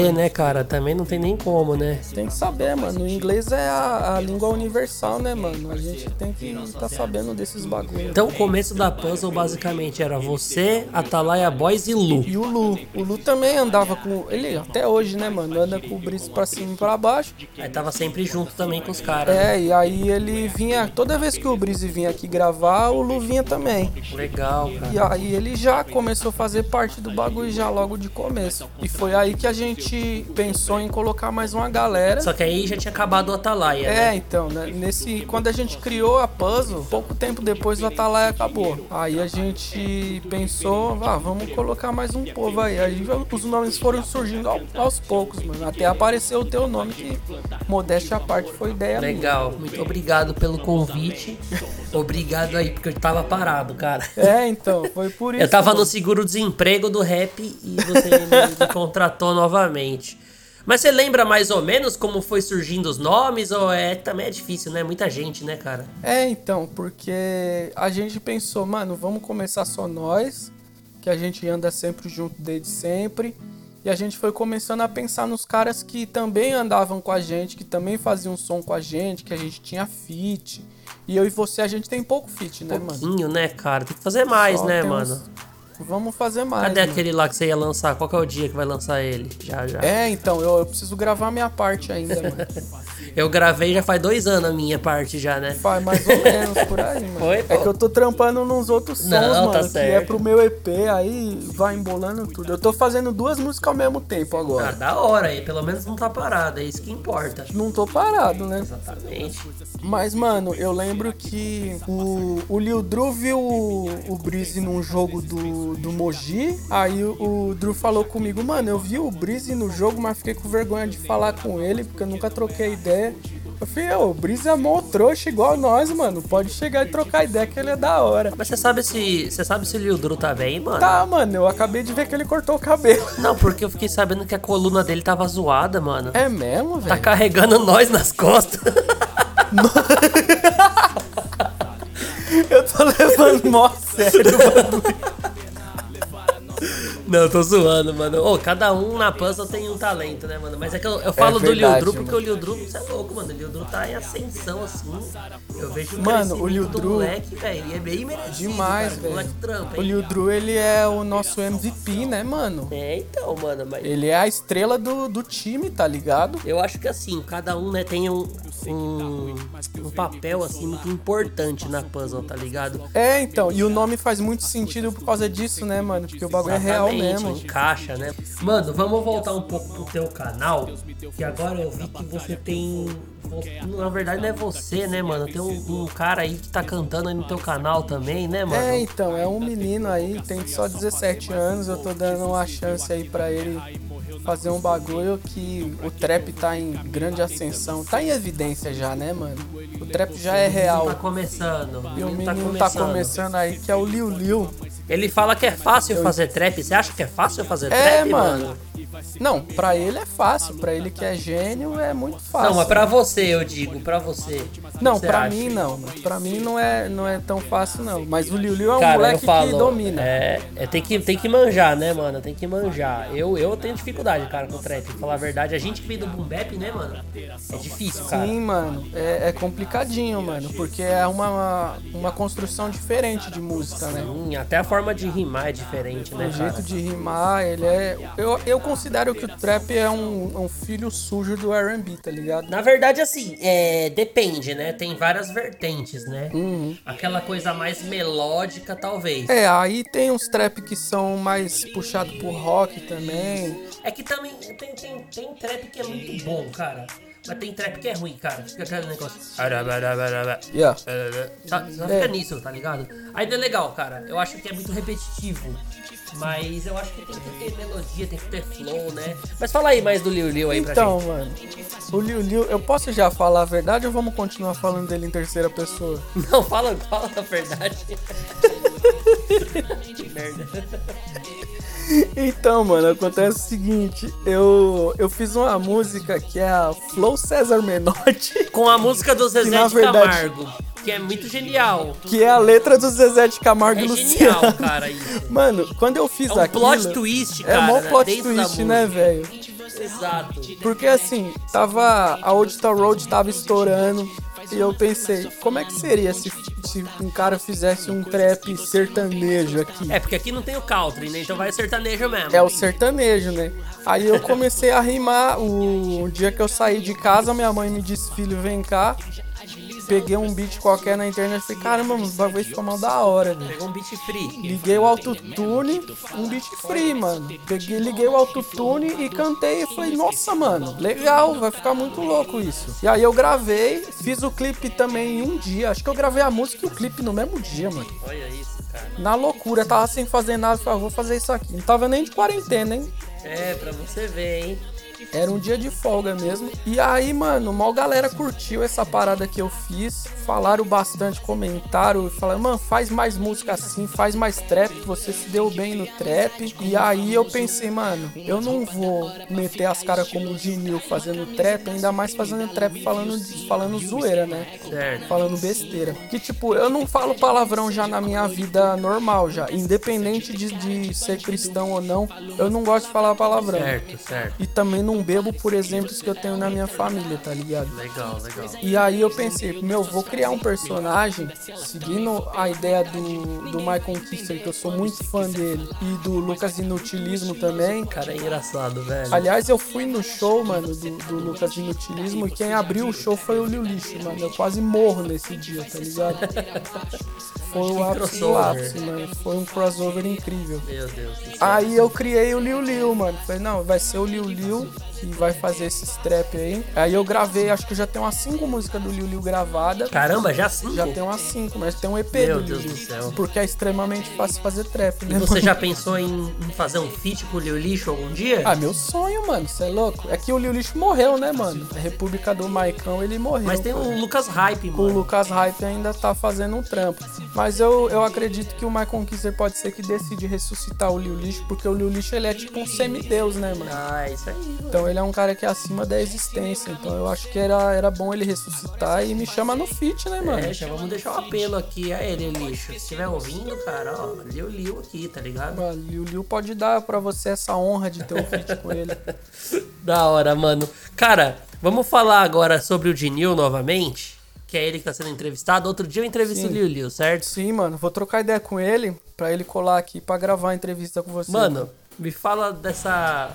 B: cara? Também não tem nem como, né?
D: Tem que saber, mano. O inglês é a língua universal, né, mano? A gente tem que tá sabendo desses bagulhos.
B: Então o começo da puzzle basicamente era você, Atalaia Boys e Lu.
D: E o Lu. O Lu também andava com... Ele até hoje, né, mano? Anda com o Breeze pra cima e pra baixo.
B: Aí tava sempre junto também com os caras. Né?
D: E aí ele vinha... Toda vez que o Breeze vinha aqui gravar, o Lu vinha também.
B: Legal, cara.
D: E aí ele já começou a fazer parte do bagulho já logo de começo. E foi aí que a gente pensou em colocar mais uma galera.
B: Só que aí já tinha acabado o Atalaia, né?
D: Então, né, quando a gente criou a puzzle, pouco tempo depois o Atalaia acabou. Aí a gente pensou, vamos colocar mais um povo aí. Aí os nomes foram surgindo aos poucos, mano. Até apareceu o teu nome, que modéstia à parte foi ideia minha.
B: Legal, muito obrigado pelo convite. Obrigado aí, porque eu tava parado, cara.
D: Então, foi por isso.
B: Eu tava no seguro-desemprego do rap e você me contratou novamente. Mas você lembra mais ou menos como foi surgindo os nomes? Ou também é difícil, né? Muita gente, né, cara?
D: Então, porque a gente pensou, mano, vamos começar só nós, que a gente anda sempre junto desde sempre. E a gente foi começando a pensar nos caras que também andavam com a gente, que também faziam som com a gente, que a gente tinha feat. E eu e você, a gente tem pouco feat, né, mano?
B: Pouquinho, né, cara? Tem que fazer mais,
D: Só
B: né,
D: temos...
B: mano?
D: Vamos fazer mais.
B: Cadê
D: mano?
B: aquele lá que você ia lançar? Qual que é o dia que vai lançar ele? Já.
D: Então, eu preciso gravar minha parte ainda, mano.
B: Eu gravei já faz 2 anos a minha parte já, né?
D: Faz mais ou menos por aí, mano.
B: Foi, pô.
D: É que eu tô trampando nos outros sons,
B: Não,
D: mano,
B: tá
D: que
B: certo.
D: é pro meu EP, aí vai embolando tudo. Eu tô fazendo 2 músicas ao mesmo tempo agora.
B: Da hora aí, pelo menos não tá parado, é isso que importa.
D: Não tô parado, né?
B: Exatamente.
D: Mas, mano, eu lembro que o Lil Dru viu o Breeze num jogo do Mogi. Aí o Dru falou comigo, mano, eu vi o Breeze no jogo, mas fiquei com vergonha de falar com ele, porque eu nunca troquei ideia. Eu falei, o Breeze é mó trouxa igual nós, mano. Pode chegar e trocar ideia que ele é da hora.
B: Mas você sabe se o Lil Dru tá bem, mano?
D: Tá, mano, eu acabei de ver que ele cortou o cabelo.
B: Não, porque eu fiquei sabendo que a coluna dele tava zoada, mano.
D: É mesmo, velho?
B: Tá carregando nós nas costas.
D: Eu tô levando mó sério, mano.
B: Não, eu tô zoando, mano. Cada um na puzzle tem um talento, né, mano? Mas é que eu falo do Lil Dru porque o Lil Dru, você é louco, mano. O Lil Dru tá em ascensão, assim. Eu vejo
D: o Lil
B: do
D: Dru,
B: moleque, velho. E é bem merecido.
D: Demais,
B: velho. Moleque trampa,
D: o Lil Dru, ele é o nosso MVP, né, mano?
B: Então, mano. Mas
D: ele é a estrela do time, tá ligado?
B: Eu acho que assim, cada um, né, tem um papel, assim, muito importante na puzzle, tá ligado?
D: Então. E o nome faz muito sentido por causa disso, né, mano? Porque o bagulho é real mesmo.
B: Encaixa, né? Mano, vamos voltar um pouco pro teu canal, que agora eu vi que você tem... Na verdade não é você, né, mano? Tem um cara aí que tá cantando aí no teu canal também, né, mano?
D: Então, é um menino aí, tem só 17 anos, eu tô dando uma chance aí pra ele fazer um bagulho que o trap tá em grande ascensão, tá em evidência já, né, mano? O trap já é real.
B: Tá começando.
D: E o menino tá começando aí, que é o Lil Lil.
B: Ele fala que é fácil fazer trap. Você acha que é fácil fazer trap,
D: mano? Não, pra ele é fácil. Pra ele que é gênio, é muito fácil.
B: Não, mas pra você, eu digo. Pra você.
D: Não, pra mim não. Pra mim não é tão fácil, não. Mas o Lil Lil é um moleque que domina.
B: Tem que manjar, né, mano? Tem que manjar. Eu tenho dificuldade, cara, com trap. Pra falar a verdade, a gente que vem do boom bap, né, mano? É difícil, cara.
D: Sim, mano. É complicadinho, mano. Porque é uma construção diferente de música, né?
B: Sim, até a forma de rimar é diferente, né,
D: cara? O jeito de rimar, ele é... Eu considero que o trap é um filho sujo do R&B, tá ligado?
B: Na verdade, assim, depende, né? Tem várias vertentes, né?
D: Uhum.
B: Aquela coisa mais melódica, talvez.
D: Aí tem uns trap que são mais puxados pro rock também.
B: É que também tem trap que é muito bom, cara. Mas tem trap que é ruim, cara. Fica aquele negócio.
D: Yeah.
B: Só fica nisso, tá ligado? Ainda é legal, cara. Eu acho que é muito repetitivo. Mas eu acho que tem que ter melodia, tem que ter flow, né? Mas fala aí mais do Lil Lil aí pra gente.
D: Então, mano, o Lil Lil, eu posso já falar a verdade ou vamos continuar falando dele em terceira pessoa?
B: Não, fala a verdade. Que merda.
D: Então, mano, acontece o seguinte, eu fiz uma música que é a Flow César Menotti.
B: Com a música do Zezé de Camargo, que é muito genial.
D: Que é a letra do Zezé de Camargo e Luciano.
B: Genial, cara, isso.
D: Mano, quando eu fiz aquilo...
B: É um plot twist, cara.
D: É um plot twist, né, velho?
B: Exato.
D: Porque assim, tava. A Old Town Road tava estourando. E eu pensei, como é que seria se um cara fizesse um trap sertanejo aqui?
B: É, porque aqui não tem o country, né? Então vai sertanejo mesmo.
D: É o sertanejo, né? Aí eu comecei a rimar. O dia que eu saí de casa, minha mãe me disse, filho, vem cá. Peguei um beat qualquer na internet e falei, caramba, mano, o bagulho ficou mal da hora, velho.
B: Pegou um beat free.
D: Liguei o autotune, um beat free, mano. Liguei o autotune e cantei e falei, nossa, mano, legal, vai ficar muito louco isso. E aí eu gravei, fiz o clipe também em um dia. Acho que eu gravei a música e o clipe no mesmo dia, mano.
B: Olha isso, cara.
D: Na loucura, tava sem fazer nada, falei, vou fazer isso aqui. Não tava nem de quarentena, hein?
B: É, pra você ver, hein?
D: Era um dia de folga mesmo. E aí, mano, mal galera curtiu essa parada que eu fiz. Falaram bastante, comentaram. Falaram, mano, faz mais música assim, faz mais trap. Você se deu bem no trap. E aí eu pensei, mano, eu não vou meter as caras como o Dinil fazendo trap. Ainda mais fazendo trap falando zoeira, né?
B: Certo.
D: Falando besteira. Que tipo, eu não falo palavrão já na minha vida normal já. Independente de ser cristão ou não, eu não gosto de falar palavrão.
B: Certo, certo.
D: E também não bebo por exemplos que eu tenho na minha família, tá ligado?
B: Legal, legal.
D: E aí eu pensei, meu, vou criar um personagem seguindo a ideia do Michael Kister, que eu sou muito fã dele, e do Lucas Inutilismo também.
B: Cara, é engraçado, velho.
D: Aliás, eu fui no show, mano, do Lucas Inutilismo, e quem abriu o show foi o Lil Lixo, mano. Eu quase morro nesse dia, tá ligado? Foi o ápice do ápice, mano. Foi um crossover incrível.
B: Meu Deus do céu.
D: Aí eu criei o Lil, mano. Falei, não, vai ser o Lil que vai fazer esses trap aí. Aí eu gravei, acho que já tem umas 5 músicas do Lil gravadas.
B: Caramba, já 5?
D: Já tem umas 5, mas tem um EP
B: Meu
D: do
B: Deus
D: Lil.
B: do céu.
D: Porque é extremamente fácil fazer trap, né?
B: E você já pensou em fazer um feat com o Lil Lixo algum dia?
D: Ah, meu sonho, mano. Você é louco? É que o Lil Lixo morreu, né, mano? A República do Maicão, ele morreu.
B: Mas tem o Lucas Hype,
D: O
B: mano.
D: Lucas Hype ainda tá fazendo um trampo. Mas eu acredito que o Michael Kister pode ser que decide ressuscitar o Lil Lixo, porque o Lil Lixo, ele é tipo um semideus, né, mano?
B: Ah, é isso aí, mano.
D: Então ele é um cara que é acima da existência. Então eu acho que era bom ele ressuscitar e me chama no feat, né, mano?
B: É, já vamos deixar o apelo aqui a ele, Lixo. Se estiver ouvindo, cara, ó, Lil aqui, tá ligado?
D: Mano, o Lil pode dar pra você essa honra de ter um feat com ele.
B: Da hora, mano. Cara, vamos falar agora sobre o Dinil novamente, que é ele que tá sendo entrevistado. Outro dia eu entrevistei o Lil, certo?
D: Sim, mano. Vou trocar ideia com ele pra ele colar aqui pra gravar a entrevista com você.
B: Mano, me fala dessa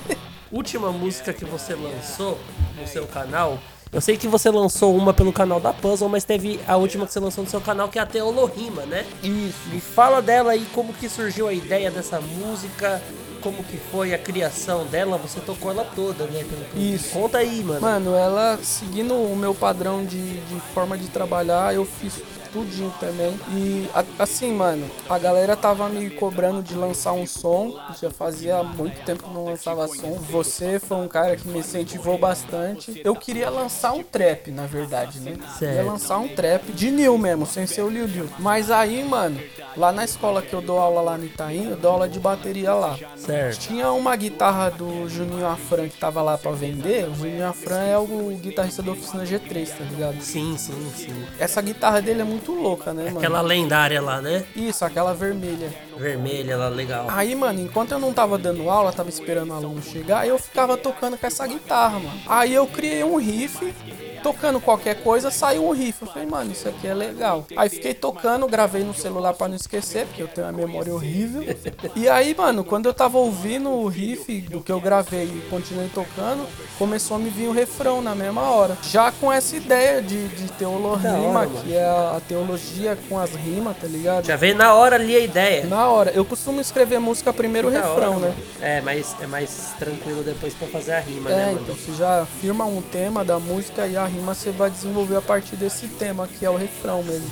B: última música que você lançou no seu canal. Eu sei que você lançou uma pelo canal da Puzzle, mas teve a última que você lançou no seu canal, que é a Teolohima, né?
D: Isso.
B: Me fala dela aí, como que surgiu a ideia dessa música, como que foi a criação dela. Você tocou ela toda, né?
D: Isso.
B: Conta aí, mano.
D: Mano, ela, seguindo o meu padrão de forma de trabalhar, eu fiz tudinho também. E assim, mano, a galera tava me cobrando de lançar um som. Já fazia muito tempo que não lançava som. Você foi um cara que me incentivou bastante. Eu queria lançar um trap, na verdade, né?
B: Certo.
D: Queria lançar um trap de Nil mesmo, sem ser o Lil. Mas aí, mano, lá na escola que eu dou aula lá no Itaim, eu dou aula de bateria lá.
B: Certo.
D: Tinha uma guitarra do Juninho Afran que tava lá pra vender. O Juninho Afran é o guitarrista da Oficina G3, tá ligado?
B: Sim, sim, sim.
D: Essa guitarra dele é muito louca, né, mano?
B: Aquela lendária lá, né?
D: Isso, aquela vermelha.
B: Vermelha, ela legal.
D: Aí, mano, enquanto eu não tava dando aula, tava esperando o aluno chegar, eu ficava tocando com essa guitarra, mano. Aí eu criei um riff, tocando qualquer coisa, saiu um riff. Eu falei, mano, isso aqui é legal. Aí fiquei tocando, gravei no celular pra não esquecer, porque eu tenho uma memória horrível. E aí, mano, quando eu tava ouvindo o riff do que eu gravei e continuei tocando, começou a me vir o refrão na mesma hora. Já com essa ideia de teolohima, que é a teologia com as rimas, tá ligado?
B: Já veio na hora ali a ideia.
D: Na hora. Eu costumo escrever música primeiro o
B: Da
D: refrão,
B: hora,
D: né?
B: É mais tranquilo depois pra fazer a rima, né, mano?
D: Então você já firma um tema da música e a rima você vai desenvolver a partir desse tema, que é o refrão mesmo.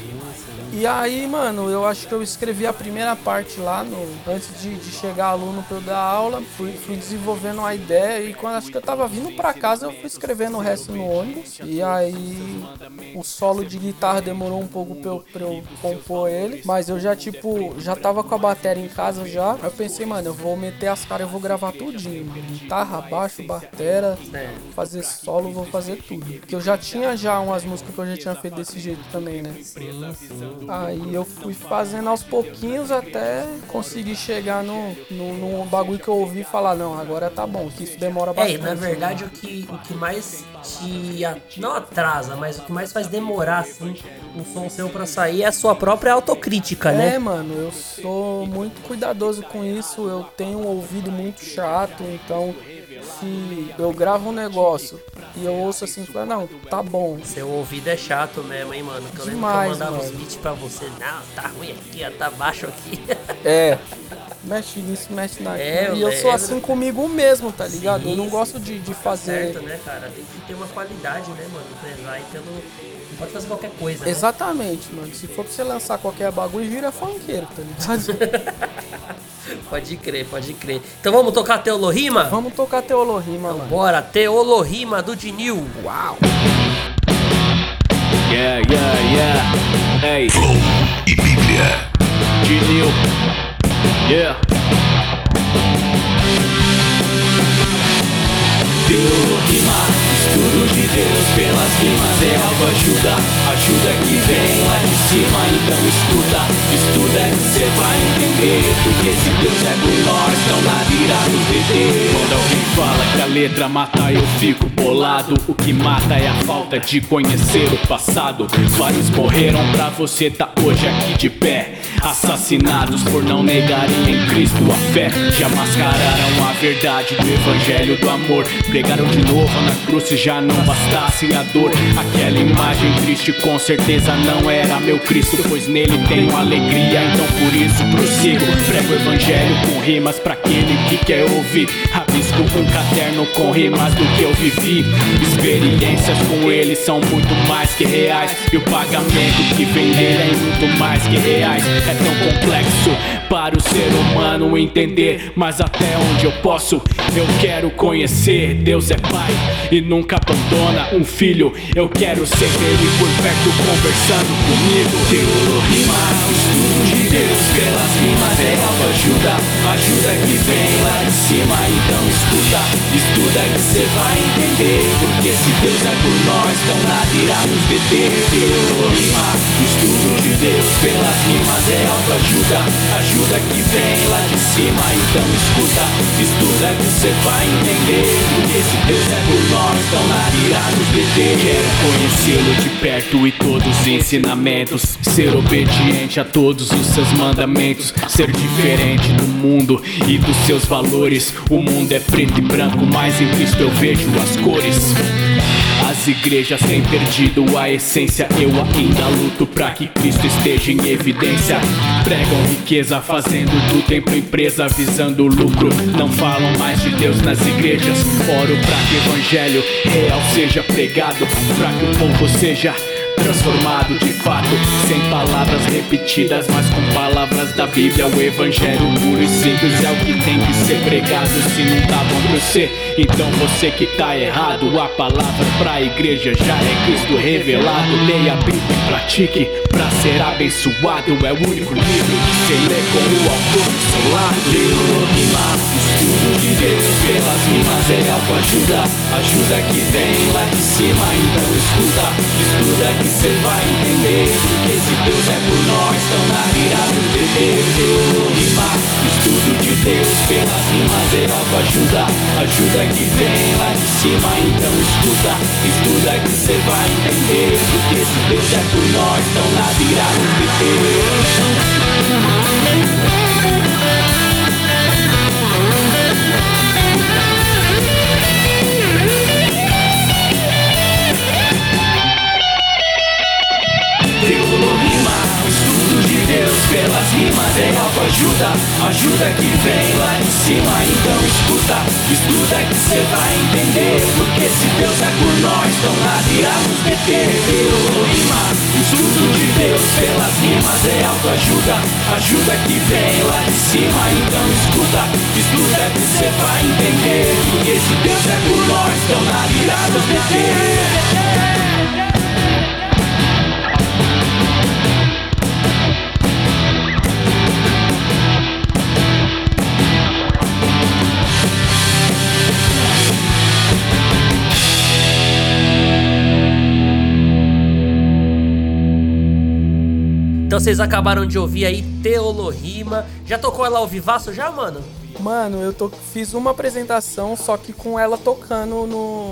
D: E aí, mano, eu acho que eu escrevi a primeira parte lá, antes de chegar aluno pra eu dar aula, fui desenvolvendo a ideia e quando acho que eu tava vindo pra casa, eu fui escrevendo o resto no ônibus. E aí, o solo de guitarra demorou um pouco pra eu compor ele, mas eu já, tipo, já tava com a bateria em casa já. Aí eu pensei, mano, eu vou meter as caras, eu vou gravar tudinho. Guitarra, baixo, batera, fazer solo, vou fazer tudo. Porque eu já tinha umas músicas que eu já tinha feito desse jeito também, né? Aí eu fui fazendo aos pouquinhos até conseguir chegar num bagulho que eu ouvi e falar, não, agora tá bom, que isso demora bastante.
B: Na verdade, o que mais não atrasa, mas o que mais faz demorar, assim, um som seu pra sair é a sua própria autocrítica, né?
D: Mano, eu sou muito cuidadoso com isso, eu tenho um ouvido muito chato, então se eu gravo um negócio e eu ouço assim, falo, não, tá bom.
B: Seu ouvido é chato mesmo, hein, mano? Que eu lembro que eu mandava os beats pra você, não, tá ruim aqui, ó, tá baixo aqui.
D: Mexe nisso, mexe naquilo. E eu sou assim comigo mesmo, tá ligado? Eu não gosto de fazer...
B: Certo, né, cara? Tem que ter uma qualidade, né, mano? Prezar e pelo... Não pode fazer qualquer coisa, né?
D: Exatamente, mano. Se for pra você lançar qualquer bagulho, vira funkeiro, tá ligado?
B: Pode crer, pode crer. Então vamos tocar Teolohima?
D: Vamos tocar Teolohima, mano.
B: Bora, Teolohima do Dinil.
D: Uau!
C: Yeah. Ei,
A: Flow e Bíblia.
C: Dinil. Yeah. Teolohima, estudo de Deus pelas rimas é algo ajuda que vem lá de cima, então estuda que cê vai entender, porque se Deus é por nós, não nada irá nos deter. Quando alguém fala que a letra mata, eu fico bolado, o que mata é a falta de conhecer o passado. Vários morreram pra você tá hoje aqui de pé, assassinados por não negarem em Cristo a fé. Já mascararam a verdade do evangelho do amor, pregaram de novo na cruz se já não bastasse a dor. Aquela imagem triste com certeza não era meu Cristo, pois nele tenho alegria, então por isso prossigo. Prego o evangelho com rimas pra aquele que quer ouvir. Rabisco um caderno com rimas do que eu vivi. Experiências com ele são muito mais que reais, e o pagamento que vem dele é muito mais que reais. É tão complexo para o ser humano entender, mas até onde eu posso, eu quero conhecer. Deus é pai e nunca abandona um filho. Eu quero ser ele por perto conversando comigo. Teolohima, o estudo de Deus pelas rimas é ajuda que vem lá de cima, então estuda que cê vai entender, porque se Deus é por nós, então nada irá nos deter. Teolohima, o estudo de Deus pelas rimas é ajuda que vem lá de cima, então estuda que cê vai entender, porque se Deus é por nós, então nada irá nos deter. Quero conhecê-lo de perto e todos os ensinamentos, ser obediente a todos os seus mandamentos, ser diferente do mundo e dos seus valores. O mundo é preto e branco, mas em Cristo eu vejo as cores. As igrejas têm perdido a essência, eu ainda luto pra que Cristo esteja em evidência. Pregam riqueza fazendo do templo empresa, visando lucro, não falam mais de Deus nas igrejas. Oro pra que o evangelho real seja pregado, pra que o povo seja transformado de fato, sem palavras repetidas, mas com palavras da Bíblia. O evangelho puro e simples é o que tem que ser pregado. Se não tá bom pra você, então você que tá errado. A palavra pra igreja já é Cristo revelado. Leia a Bíblia e pratique pra ser abençoado. É o único livro que você lê com o autor do seu lado. Teolohima, estudo de Deus pelas rimas é algo ajuda que vem lá de cima, então estuda que cê vai entender, porque se Deus é por nós, então nada irá nos deter. Teolohima, estudo de Deus pelas rimas é algo ajuda que vem lá de cima, então estuda que cê vai entender, porque se Deus é por nós, então nada irá nos deter. Teolohima, estudo de Deus pelas rimas é algo ajuda que vem lá de cima, então estuda que cê vai entender, porque se Deus é por nós, então nada irá nos deter. Teolohima, estudo de Deus pelas rimas é algo ajuda que vem lá de cima, então estuda que cê vai entender, porque se Deus é por nós, então nada irá nos deter.
B: Então vocês acabaram de ouvir aí Teolohima. Já tocou ela ao vivaço já, mano?
D: Mano, fiz uma apresentação, só que com ela tocando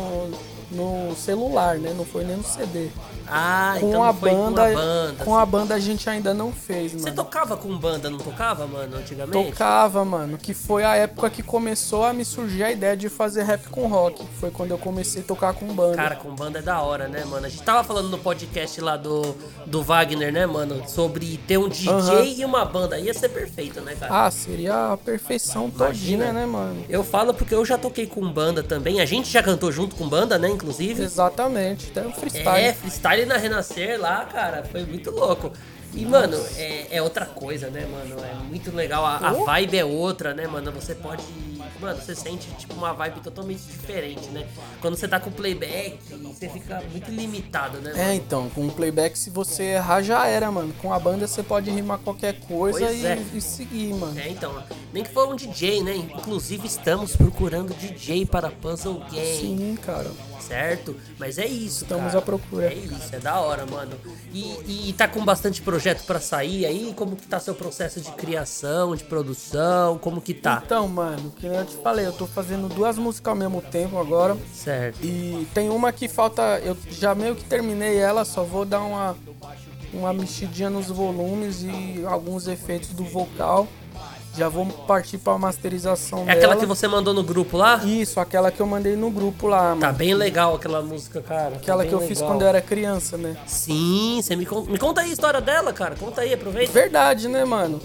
D: no celular, né? Não foi nem no CD.
B: Ah,
D: com
B: então
D: a
B: foi
D: banda,
B: com a banda.
D: com a banda a gente ainda não fez, mano.
B: Você tocava com banda, não tocava, mano, antigamente?
D: Tocava, mano, que foi a época que começou a me surgir a ideia de fazer rap com rock. Foi quando eu comecei a tocar com banda.
B: Cara, com banda é da hora, né, mano? A gente tava falando no podcast lá do Wagner, né, mano? Sobre ter um DJ e uma banda. Ia ser perfeito, né, cara?
D: Ah, seria a perfeição todinha, né, mano?
B: Eu falo porque eu já toquei com banda também. A gente já cantou junto com banda, né, inclusive.
D: Exatamente, até um freestyle.
B: É, freestyle na Renascer lá, cara, foi muito louco. E, mano, é outra coisa, né, mano? É muito legal. A vibe é outra, né, mano? Você pode... Mano, você sente, tipo, uma vibe totalmente diferente, né? Quando você tá com playback, você fica muito limitado, né, mano?
D: É, então, com o playback, se você errar, já era, mano. Com a banda, você pode rimar qualquer coisa e seguir, mano.
B: É, então, nem que for um DJ, né? Inclusive, estamos procurando DJ para Puzzle Game.
D: Sim, cara.
B: Certo? Mas é isso,
D: Estamos
B: cara.
D: à procura.
B: É isso, é da hora, mano. E tá com bastante projeto pra sair aí? Como que tá seu processo de criação, de produção? Como que tá?
D: Então, mano, que nem eu te falei, eu tô fazendo 2 músicas ao mesmo tempo agora.
B: Certo.
D: E tem uma que falta, eu já meio que terminei ela, só vou dar uma mexidinha nos volumes e alguns efeitos do vocal. Já vou partir pra masterização dela.
B: É aquela que você mandou no grupo lá?
D: Isso, aquela que eu mandei no grupo lá, mano.
B: Tá bem legal aquela música, cara.
D: Aquela que eu fiz quando eu era criança, né?
B: Sim, você me conta aí a história dela, cara. Conta aí, aproveita.
D: Verdade, né, mano?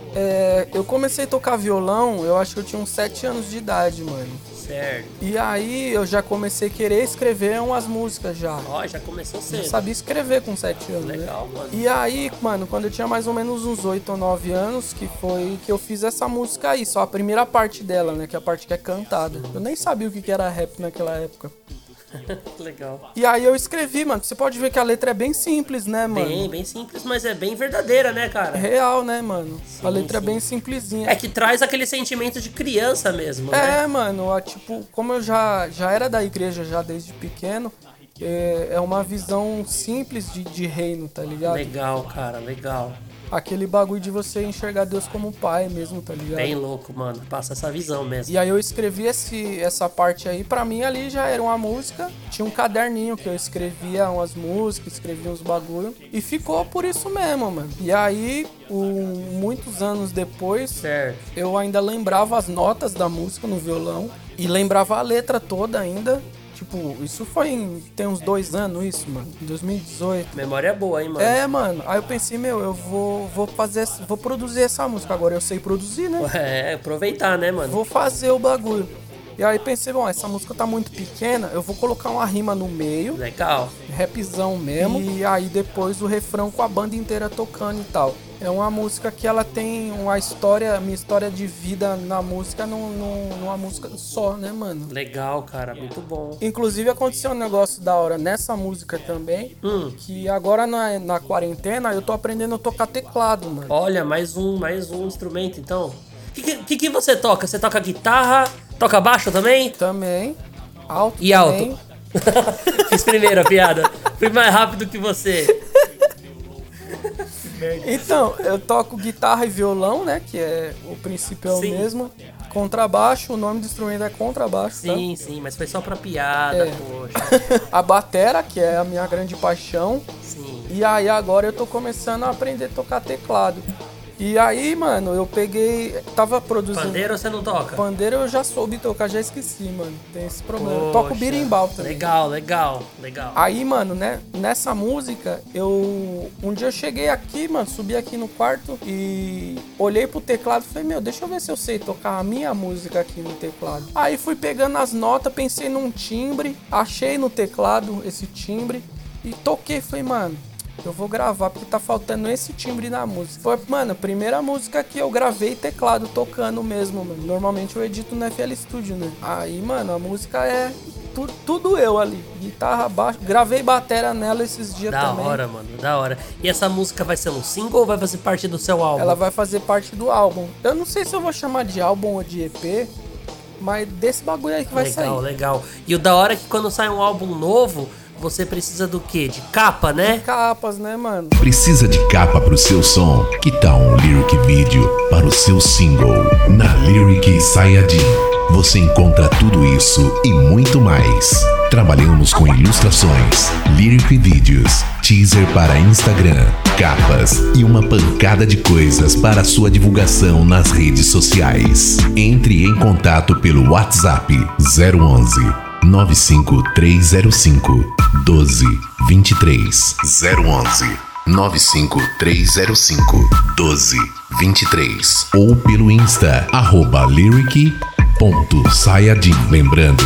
D: Eu comecei a tocar violão, eu acho que eu tinha uns 7 anos de idade, mano.
B: Certo.
D: E aí eu já comecei a querer escrever umas músicas já.
B: Ó, já começou
D: Eu
B: cedo.
D: sabia escrever com 7 anos,
B: Legal,
D: né?
B: mano.
D: E aí, mano, quando eu tinha mais ou menos uns 8 ou 9 anos, que foi que eu fiz essa música aí, só a primeira parte dela, né? Que é a parte que é cantada. Eu nem sabia o que era rap naquela época.
B: Legal.
D: E aí eu escrevi, mano. Você pode ver que a letra é bem simples, né, mano?
B: Bem simples, mas é bem verdadeira, né, cara?
D: Real, né, mano?
B: Sim,
D: a letra
B: sim.
D: é bem simplesinha.
B: É que traz aquele sentimento de criança mesmo, né?
D: É, mano, tipo, como eu já era da igreja já desde pequeno, é uma visão simples de reino, tá ligado?
B: Legal, cara, legal.
D: Aquele bagulho de você enxergar Deus como pai mesmo, tá ligado?
B: Bem louco, mano. Passa essa visão mesmo.
D: E aí eu escrevi essa parte aí, pra mim ali já era uma música, tinha um caderninho que eu escrevia umas músicas, escrevia uns bagulho, e ficou por isso mesmo, mano. E aí, muitos anos depois,
B: Certo.
D: eu ainda lembrava as notas da música no violão, e lembrava a letra toda ainda. Tipo, isso tem uns 2 anos isso, mano, em 2018.
B: Memória boa, hein, mano?
D: É, mano, aí eu pensei, eu vou produzir essa música, agora eu sei produzir, né?
B: É, aproveitar, né, mano?
D: Vou fazer o bagulho. E aí pensei, bom, essa música tá muito pequena, eu vou colocar uma rima no meio,
B: Legal.
D: rapzão mesmo, e aí depois o refrão com a banda inteira tocando e tal. É uma música que ela tem minha história de vida na música numa música só, né, mano?
B: Legal, cara. Muito bom.
D: Inclusive aconteceu um negócio da hora nessa música também, que agora na quarentena eu tô aprendendo a tocar teclado, mano.
B: Olha, mais um instrumento, então. O que você toca? Você toca guitarra? Toca baixo também?
D: Também, alto
B: E
D: também.
B: alto? Fiz primeiro a piada. Fui mais rápido que você.
D: Então, eu toco guitarra e violão, né? Que é o princípio é o
B: Sim.
D: mesmo. Contrabaixo, o nome do instrumento é contrabaixo,
B: Sim, mas foi só pra piada,
D: É.
B: poxa.
D: tá? A batera, que é a minha grande paixão.
B: Sim.
D: E aí agora eu tô começando a aprender a tocar teclado. E aí, mano, eu tava produzindo...
B: Pandeiro você não toca?
D: Pandeiro eu já soube tocar, já esqueci, mano. Tem esse problema. Eu
B: Poxa.
D: toco birimbau também.
B: Legal.
D: Aí, mano, né, nessa música, um dia eu cheguei aqui, mano, subi aqui no quarto e olhei pro teclado e falei, deixa eu ver se eu sei tocar a minha música aqui no teclado. Aí fui pegando as notas, pensei num timbre, achei no teclado esse timbre e toquei, falei, mano, eu vou gravar porque tá faltando esse timbre na música. Foi, mano, a primeira música que eu gravei teclado tocando mesmo, mano. Normalmente eu edito no FL Studio, né? Aí, mano, a música é tudo eu ali. Guitarra, baixo. Gravei batera nela esses dias
B: Da
D: também.
B: hora, mano, da hora. E essa música vai ser um single ou vai fazer parte do seu álbum?
D: Ela vai fazer parte do álbum. Eu não sei se eu vou chamar de álbum ou de EP, mas desse bagulho aí que vai sair.
B: Legal. E o da hora é que quando sai um álbum novo, você precisa do quê? De capa, né?
D: Capas, né, mano?
A: Precisa de capa pro seu som? Que tal um lyric vídeo para o seu single? Na Lyric Sayajin você encontra tudo isso e muito mais. Trabalhamos com ilustrações, lyric vídeos, teaser para Instagram, capas e uma pancada de coisas para sua divulgação nas redes sociais. Entre em contato pelo WhatsApp 011 95305 1223 011 95305 1223 ou pelo Insta @lyric.sayajin. Lembrando,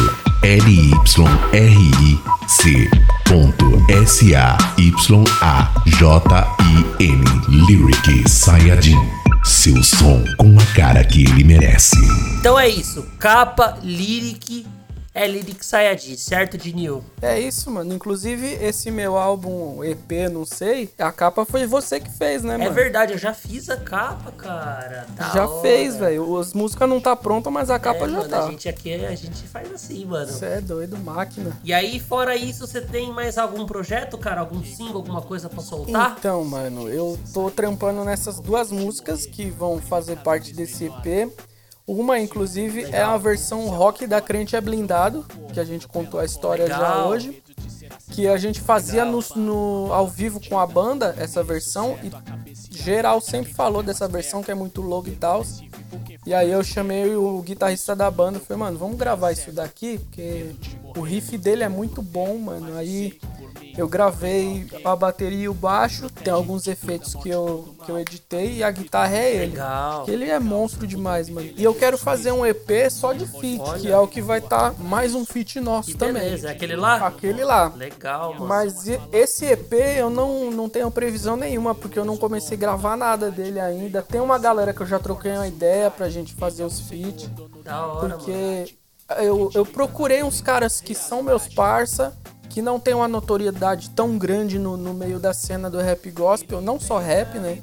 A: LYRIC.SAYAJIN. Lyric Sayajin. Seu som com a cara que ele merece.
B: Então é isso, capa, lyric, Lyric Sayajin, certo, Dinil?
D: É isso, mano. Inclusive, esse meu álbum EP, não sei, a capa foi você que fez, né, mano?
B: É verdade, eu já fiz a capa, cara. Da
D: Já
B: hora.
D: fez, velho. As músicas não tá pronta, mas a capa já
B: mano,
D: tá.
B: A gente faz assim, mano.
D: Você é doido, máquina.
B: E aí, fora isso, você tem mais algum projeto, cara? Algum single, alguma coisa pra soltar?
D: Então, mano, eu tô trampando nessas duas músicas que vão fazer parte desse EP. Uma, inclusive, é a versão rock da Crente é Blindado, que a gente contou a história já
B: Legal.
D: hoje. Que a gente fazia ao vivo com a banda, essa versão, e geral sempre falou dessa versão que é muito louca e tal. E aí eu chamei o guitarrista da banda e falei, mano, vamos gravar isso daqui, porque o riff dele é muito bom, mano. Aí eu gravei a bateria e o baixo, tem alguns efeitos que eu editei e a guitarra é ele.
B: Legal.
D: Que ele é monstro demais, mano. E eu quero fazer um EP só de feat, que é o que vai estar mais um feat nosso
B: Que
D: também.
B: beleza, é aquele lá?
D: Aquele lá.
B: Legal, mano.
D: Mas esse EP eu não tenho previsão nenhuma, porque eu não comecei a gravar nada dele ainda. Tem uma galera que eu já troquei uma ideia pra gente fazer os feats.
B: Da hora, mano.
D: Porque eu procurei uns caras que são meus parça, que não tem uma notoriedade tão grande no meio da cena do rap gospel, não só rap, né?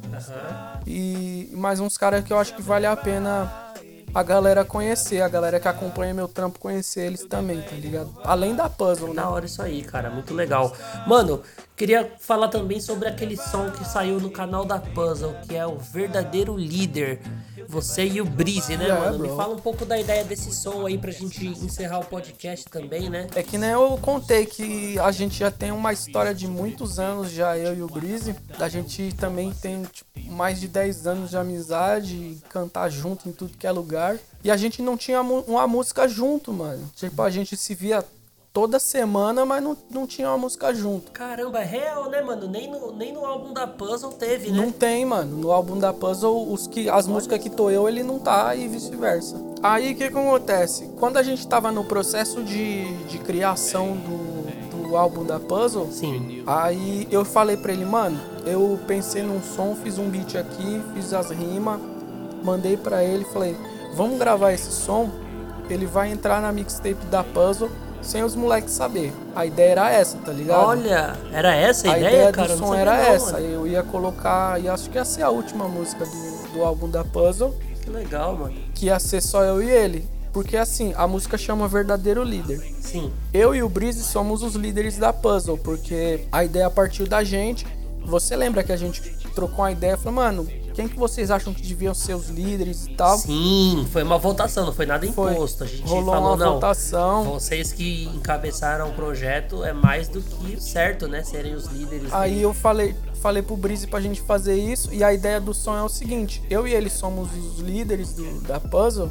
D: E mais uns caras que eu acho que vale a pena a galera conhecer, a galera que acompanha meu trampo conhecer eles também, tá ligado? Além da Puzzle, né?
B: Da hora isso aí, cara, muito legal. Mano, queria falar também sobre aquele som que saiu no canal da Puzzle, que é o Verdadeiro Líder. Você e o Breezy, né, mano?
D: bro.
B: Me fala um pouco da ideia desse som aí pra gente encerrar o podcast também, né?
D: É que nem eu contei que a gente já tem uma história de muitos anos já, eu e o Breezy. A gente também tem tipo, mais de 10 anos de amizade, cantar junto em tudo que é lugar. E a gente não tinha uma música junto, mano. Tipo, a gente se via toda semana, mas não tinha uma música junto.
B: Caramba, é real, né, mano? Nem no álbum da Puzzle teve, né?
D: Não tem, mano. No álbum da Puzzle, as músicas que tô eu, ele não tá e vice-versa. Aí, o que acontece? Quando a gente tava no processo de criação do álbum da Puzzle,
B: Sim.
D: aí eu falei pra ele, mano, eu pensei num som, fiz um beat aqui, fiz as rimas, mandei pra ele, falei, vamos gravar esse som, ele vai entrar na mixtape da Puzzle, sem os moleques saber. A ideia era essa, tá ligado?
B: Olha, era essa a
D: A
B: ideia,
D: ideia
B: cara?
D: do
B: Eu não
D: som
B: sabia
D: era
B: não,
D: essa.
B: mano.
D: Eu ia colocar, e acho que ia ser a última música do álbum da Puzzle,
B: Que legal, mano.
D: que ia ser só eu e ele. Porque assim, a música chama Verdadeiro Líder.
B: Sim.
D: Eu e o Breezy somos os líderes da Puzzle, porque a ideia partiu da gente. Você lembra que a gente trocou uma ideia e falou, mano, quem que vocês acham que deviam ser os líderes e tal?
B: Sim, foi uma votação, não foi nada imposto. A gente
D: Rolou
B: falou,
D: uma
B: não,
D: votação.
B: vocês que encabeçaram o projeto é mais do que certo, né? Serem os líderes.
D: Aí eu falei pro Breezy pra gente fazer isso, e a ideia do som é o seguinte, eu e ele somos os líderes da Puzzle,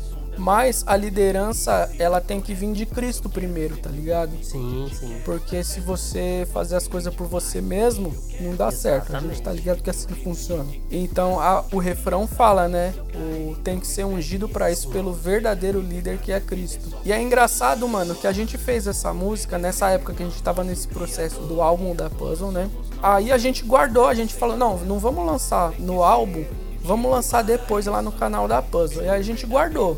D: mas a liderança, ela tem que vir de Cristo primeiro, tá ligado?
B: Sim, sim.
D: Porque se você fazer as coisas por você mesmo, não dá certo. A gente tá ligado que é assim que funciona. Então o refrão fala, né? Tem que ser ungido pra isso pelo verdadeiro líder que é Cristo. E é engraçado, mano, que a gente fez essa música nessa época que a gente tava nesse processo do álbum da Puzzle, né? Aí a gente guardou, a gente falou, não vamos lançar no álbum, vamos lançar depois lá no canal da Puzzle. E aí a gente guardou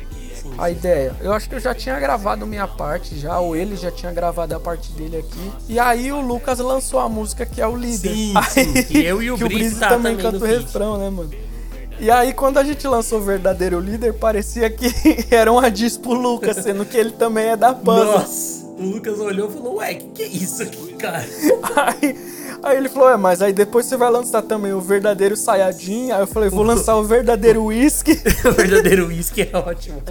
D: a ideia. Eu acho que eu já tinha gravado minha parte já, ou ele já tinha gravado a parte dele aqui. E aí o Lucas lançou a música que é o líder.
B: Sim,
D: aí,
B: sim, que eu e o
D: que
B: Breezy tá
D: também
B: também
D: canta
B: no
D: o
B: feat.
D: refrão, né, mano? E aí quando a gente lançou o Verdadeiro Líder, parecia que era uma diss pro Lucas, sendo que ele também é da Puzzle.
B: Nossa! O Lucas olhou e falou, ué, que é isso aqui, cara?
D: Aí ele falou, mas aí depois você vai lançar também o verdadeiro Saiyajin. Aí eu falei, vou lançar o verdadeiro whisky.
B: O verdadeiro whisky é ótimo.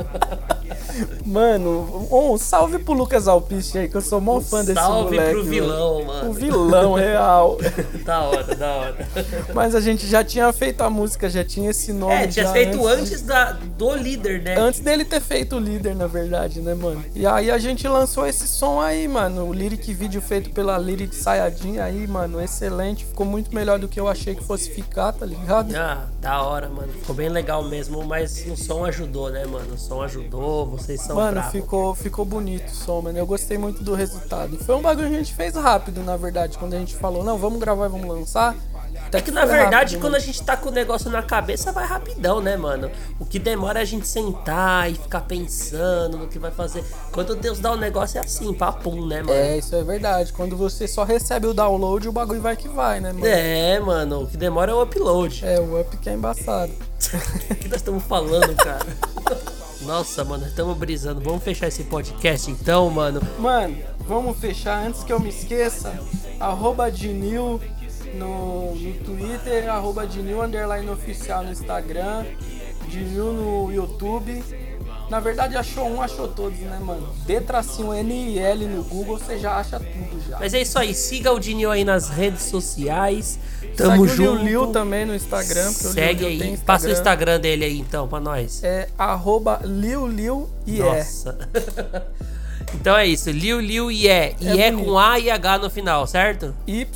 D: Mano, um salve pro Lucas Alpiste aí, que eu sou mó fã desse moleque.
B: Salve pro vilão, mano.
D: O vilão real.
B: Da hora.
D: Mas a gente já tinha feito a música, já tinha esse nome.
B: Tinha feito antes do líder, né?
D: Antes dele ter feito o líder, na verdade, né, mano? E aí a gente lançou esse som aí, mano. O lyric vídeo feito pela Lyric Saiyajin aí, mano, excelente. Ficou muito melhor do que eu achei que fosse ficar, tá ligado?
B: Ah, da hora, mano. Ficou bem legal mesmo, mas o som ajudou, né, mano? O som ajudou, vocês são
D: mano,
B: bravos.
D: ficou bonito o som, mano. Eu gostei muito do resultado. E foi um bagulho que a gente fez rápido, na verdade. Quando a gente falou, não, vamos gravar e vamos lançar.
B: É que na verdade, quando a gente tá com o negócio na cabeça, vai rapidão, né, mano? O que demora é a gente sentar e ficar pensando no que vai fazer. Quando Deus dá o negócio é assim, papum, né, mano?
D: É, isso é verdade. Quando você só recebe o download, o bagulho vai que vai, né, mano?
B: É, mano, o que demora é o upload.
D: É, o up que é embaçado.
B: O que nós estamos falando, cara? Nossa, mano, estamos brisando. Vamos fechar esse podcast então, mano?
D: Mano, vamos fechar antes que eu me esqueça. @Dinil no Twitter, @Dinil_oficial no Instagram, Dinil no YouTube. Na verdade, achou todos, né, mano? D_NIL no Google, você já acha tudo já.
B: Mas é isso aí, siga o Dinil aí nas redes sociais. Tamo junto.
D: Segue o Liu também no Instagram.
B: Segue aí, passa o Instagram dele aí então, pra nós.
D: É @LiuLiuIE.
B: Nossa. Então é isso, LiuLiuIE. IE com A e H no final, certo?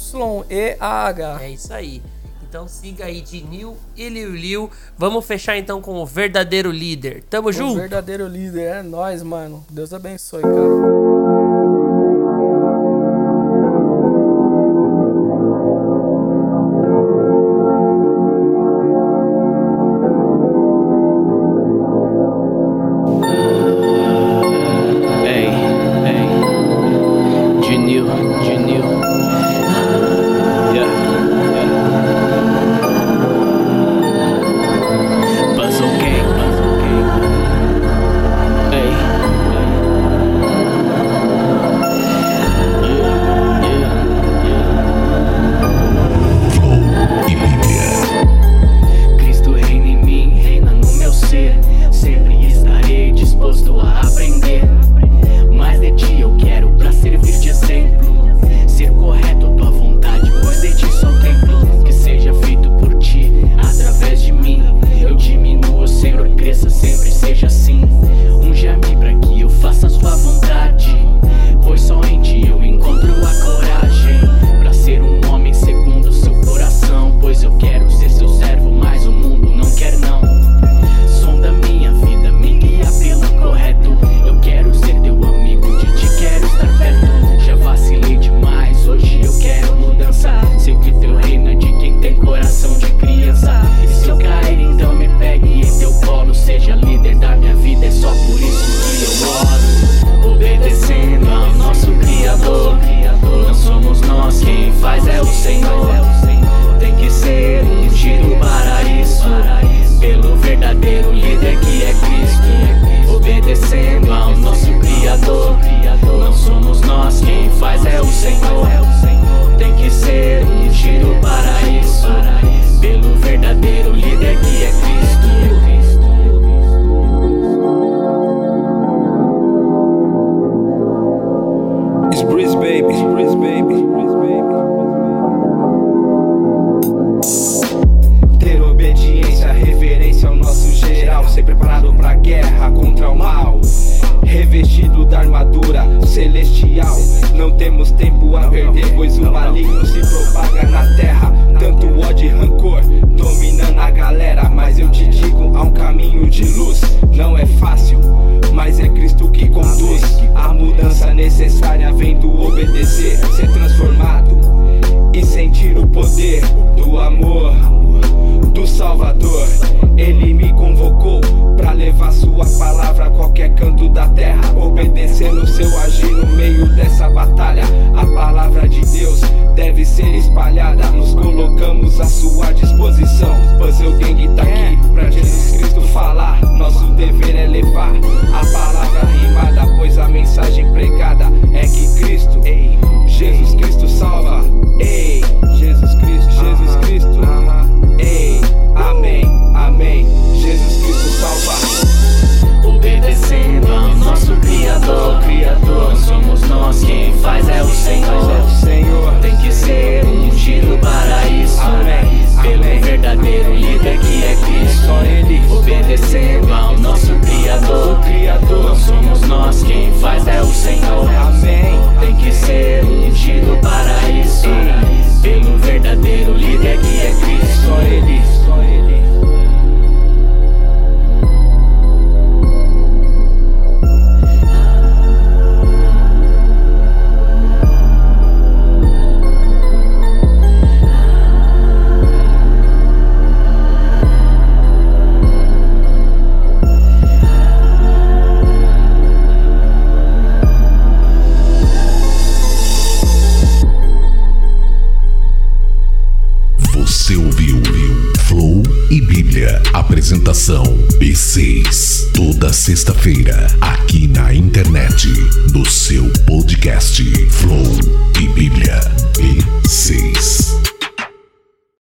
D: YEAH.
B: É isso aí. Então siga aí Dinil e LiuLiu. Vamos fechar então com o verdadeiro líder. Tamo junto?
D: O verdadeiro líder, é nóis, mano. Deus abençoe, cara.
E: A palavra rimada, pois a mensagem pregada é
A: Apresentação P6. Toda sexta-feira, aqui na internet, no seu podcast.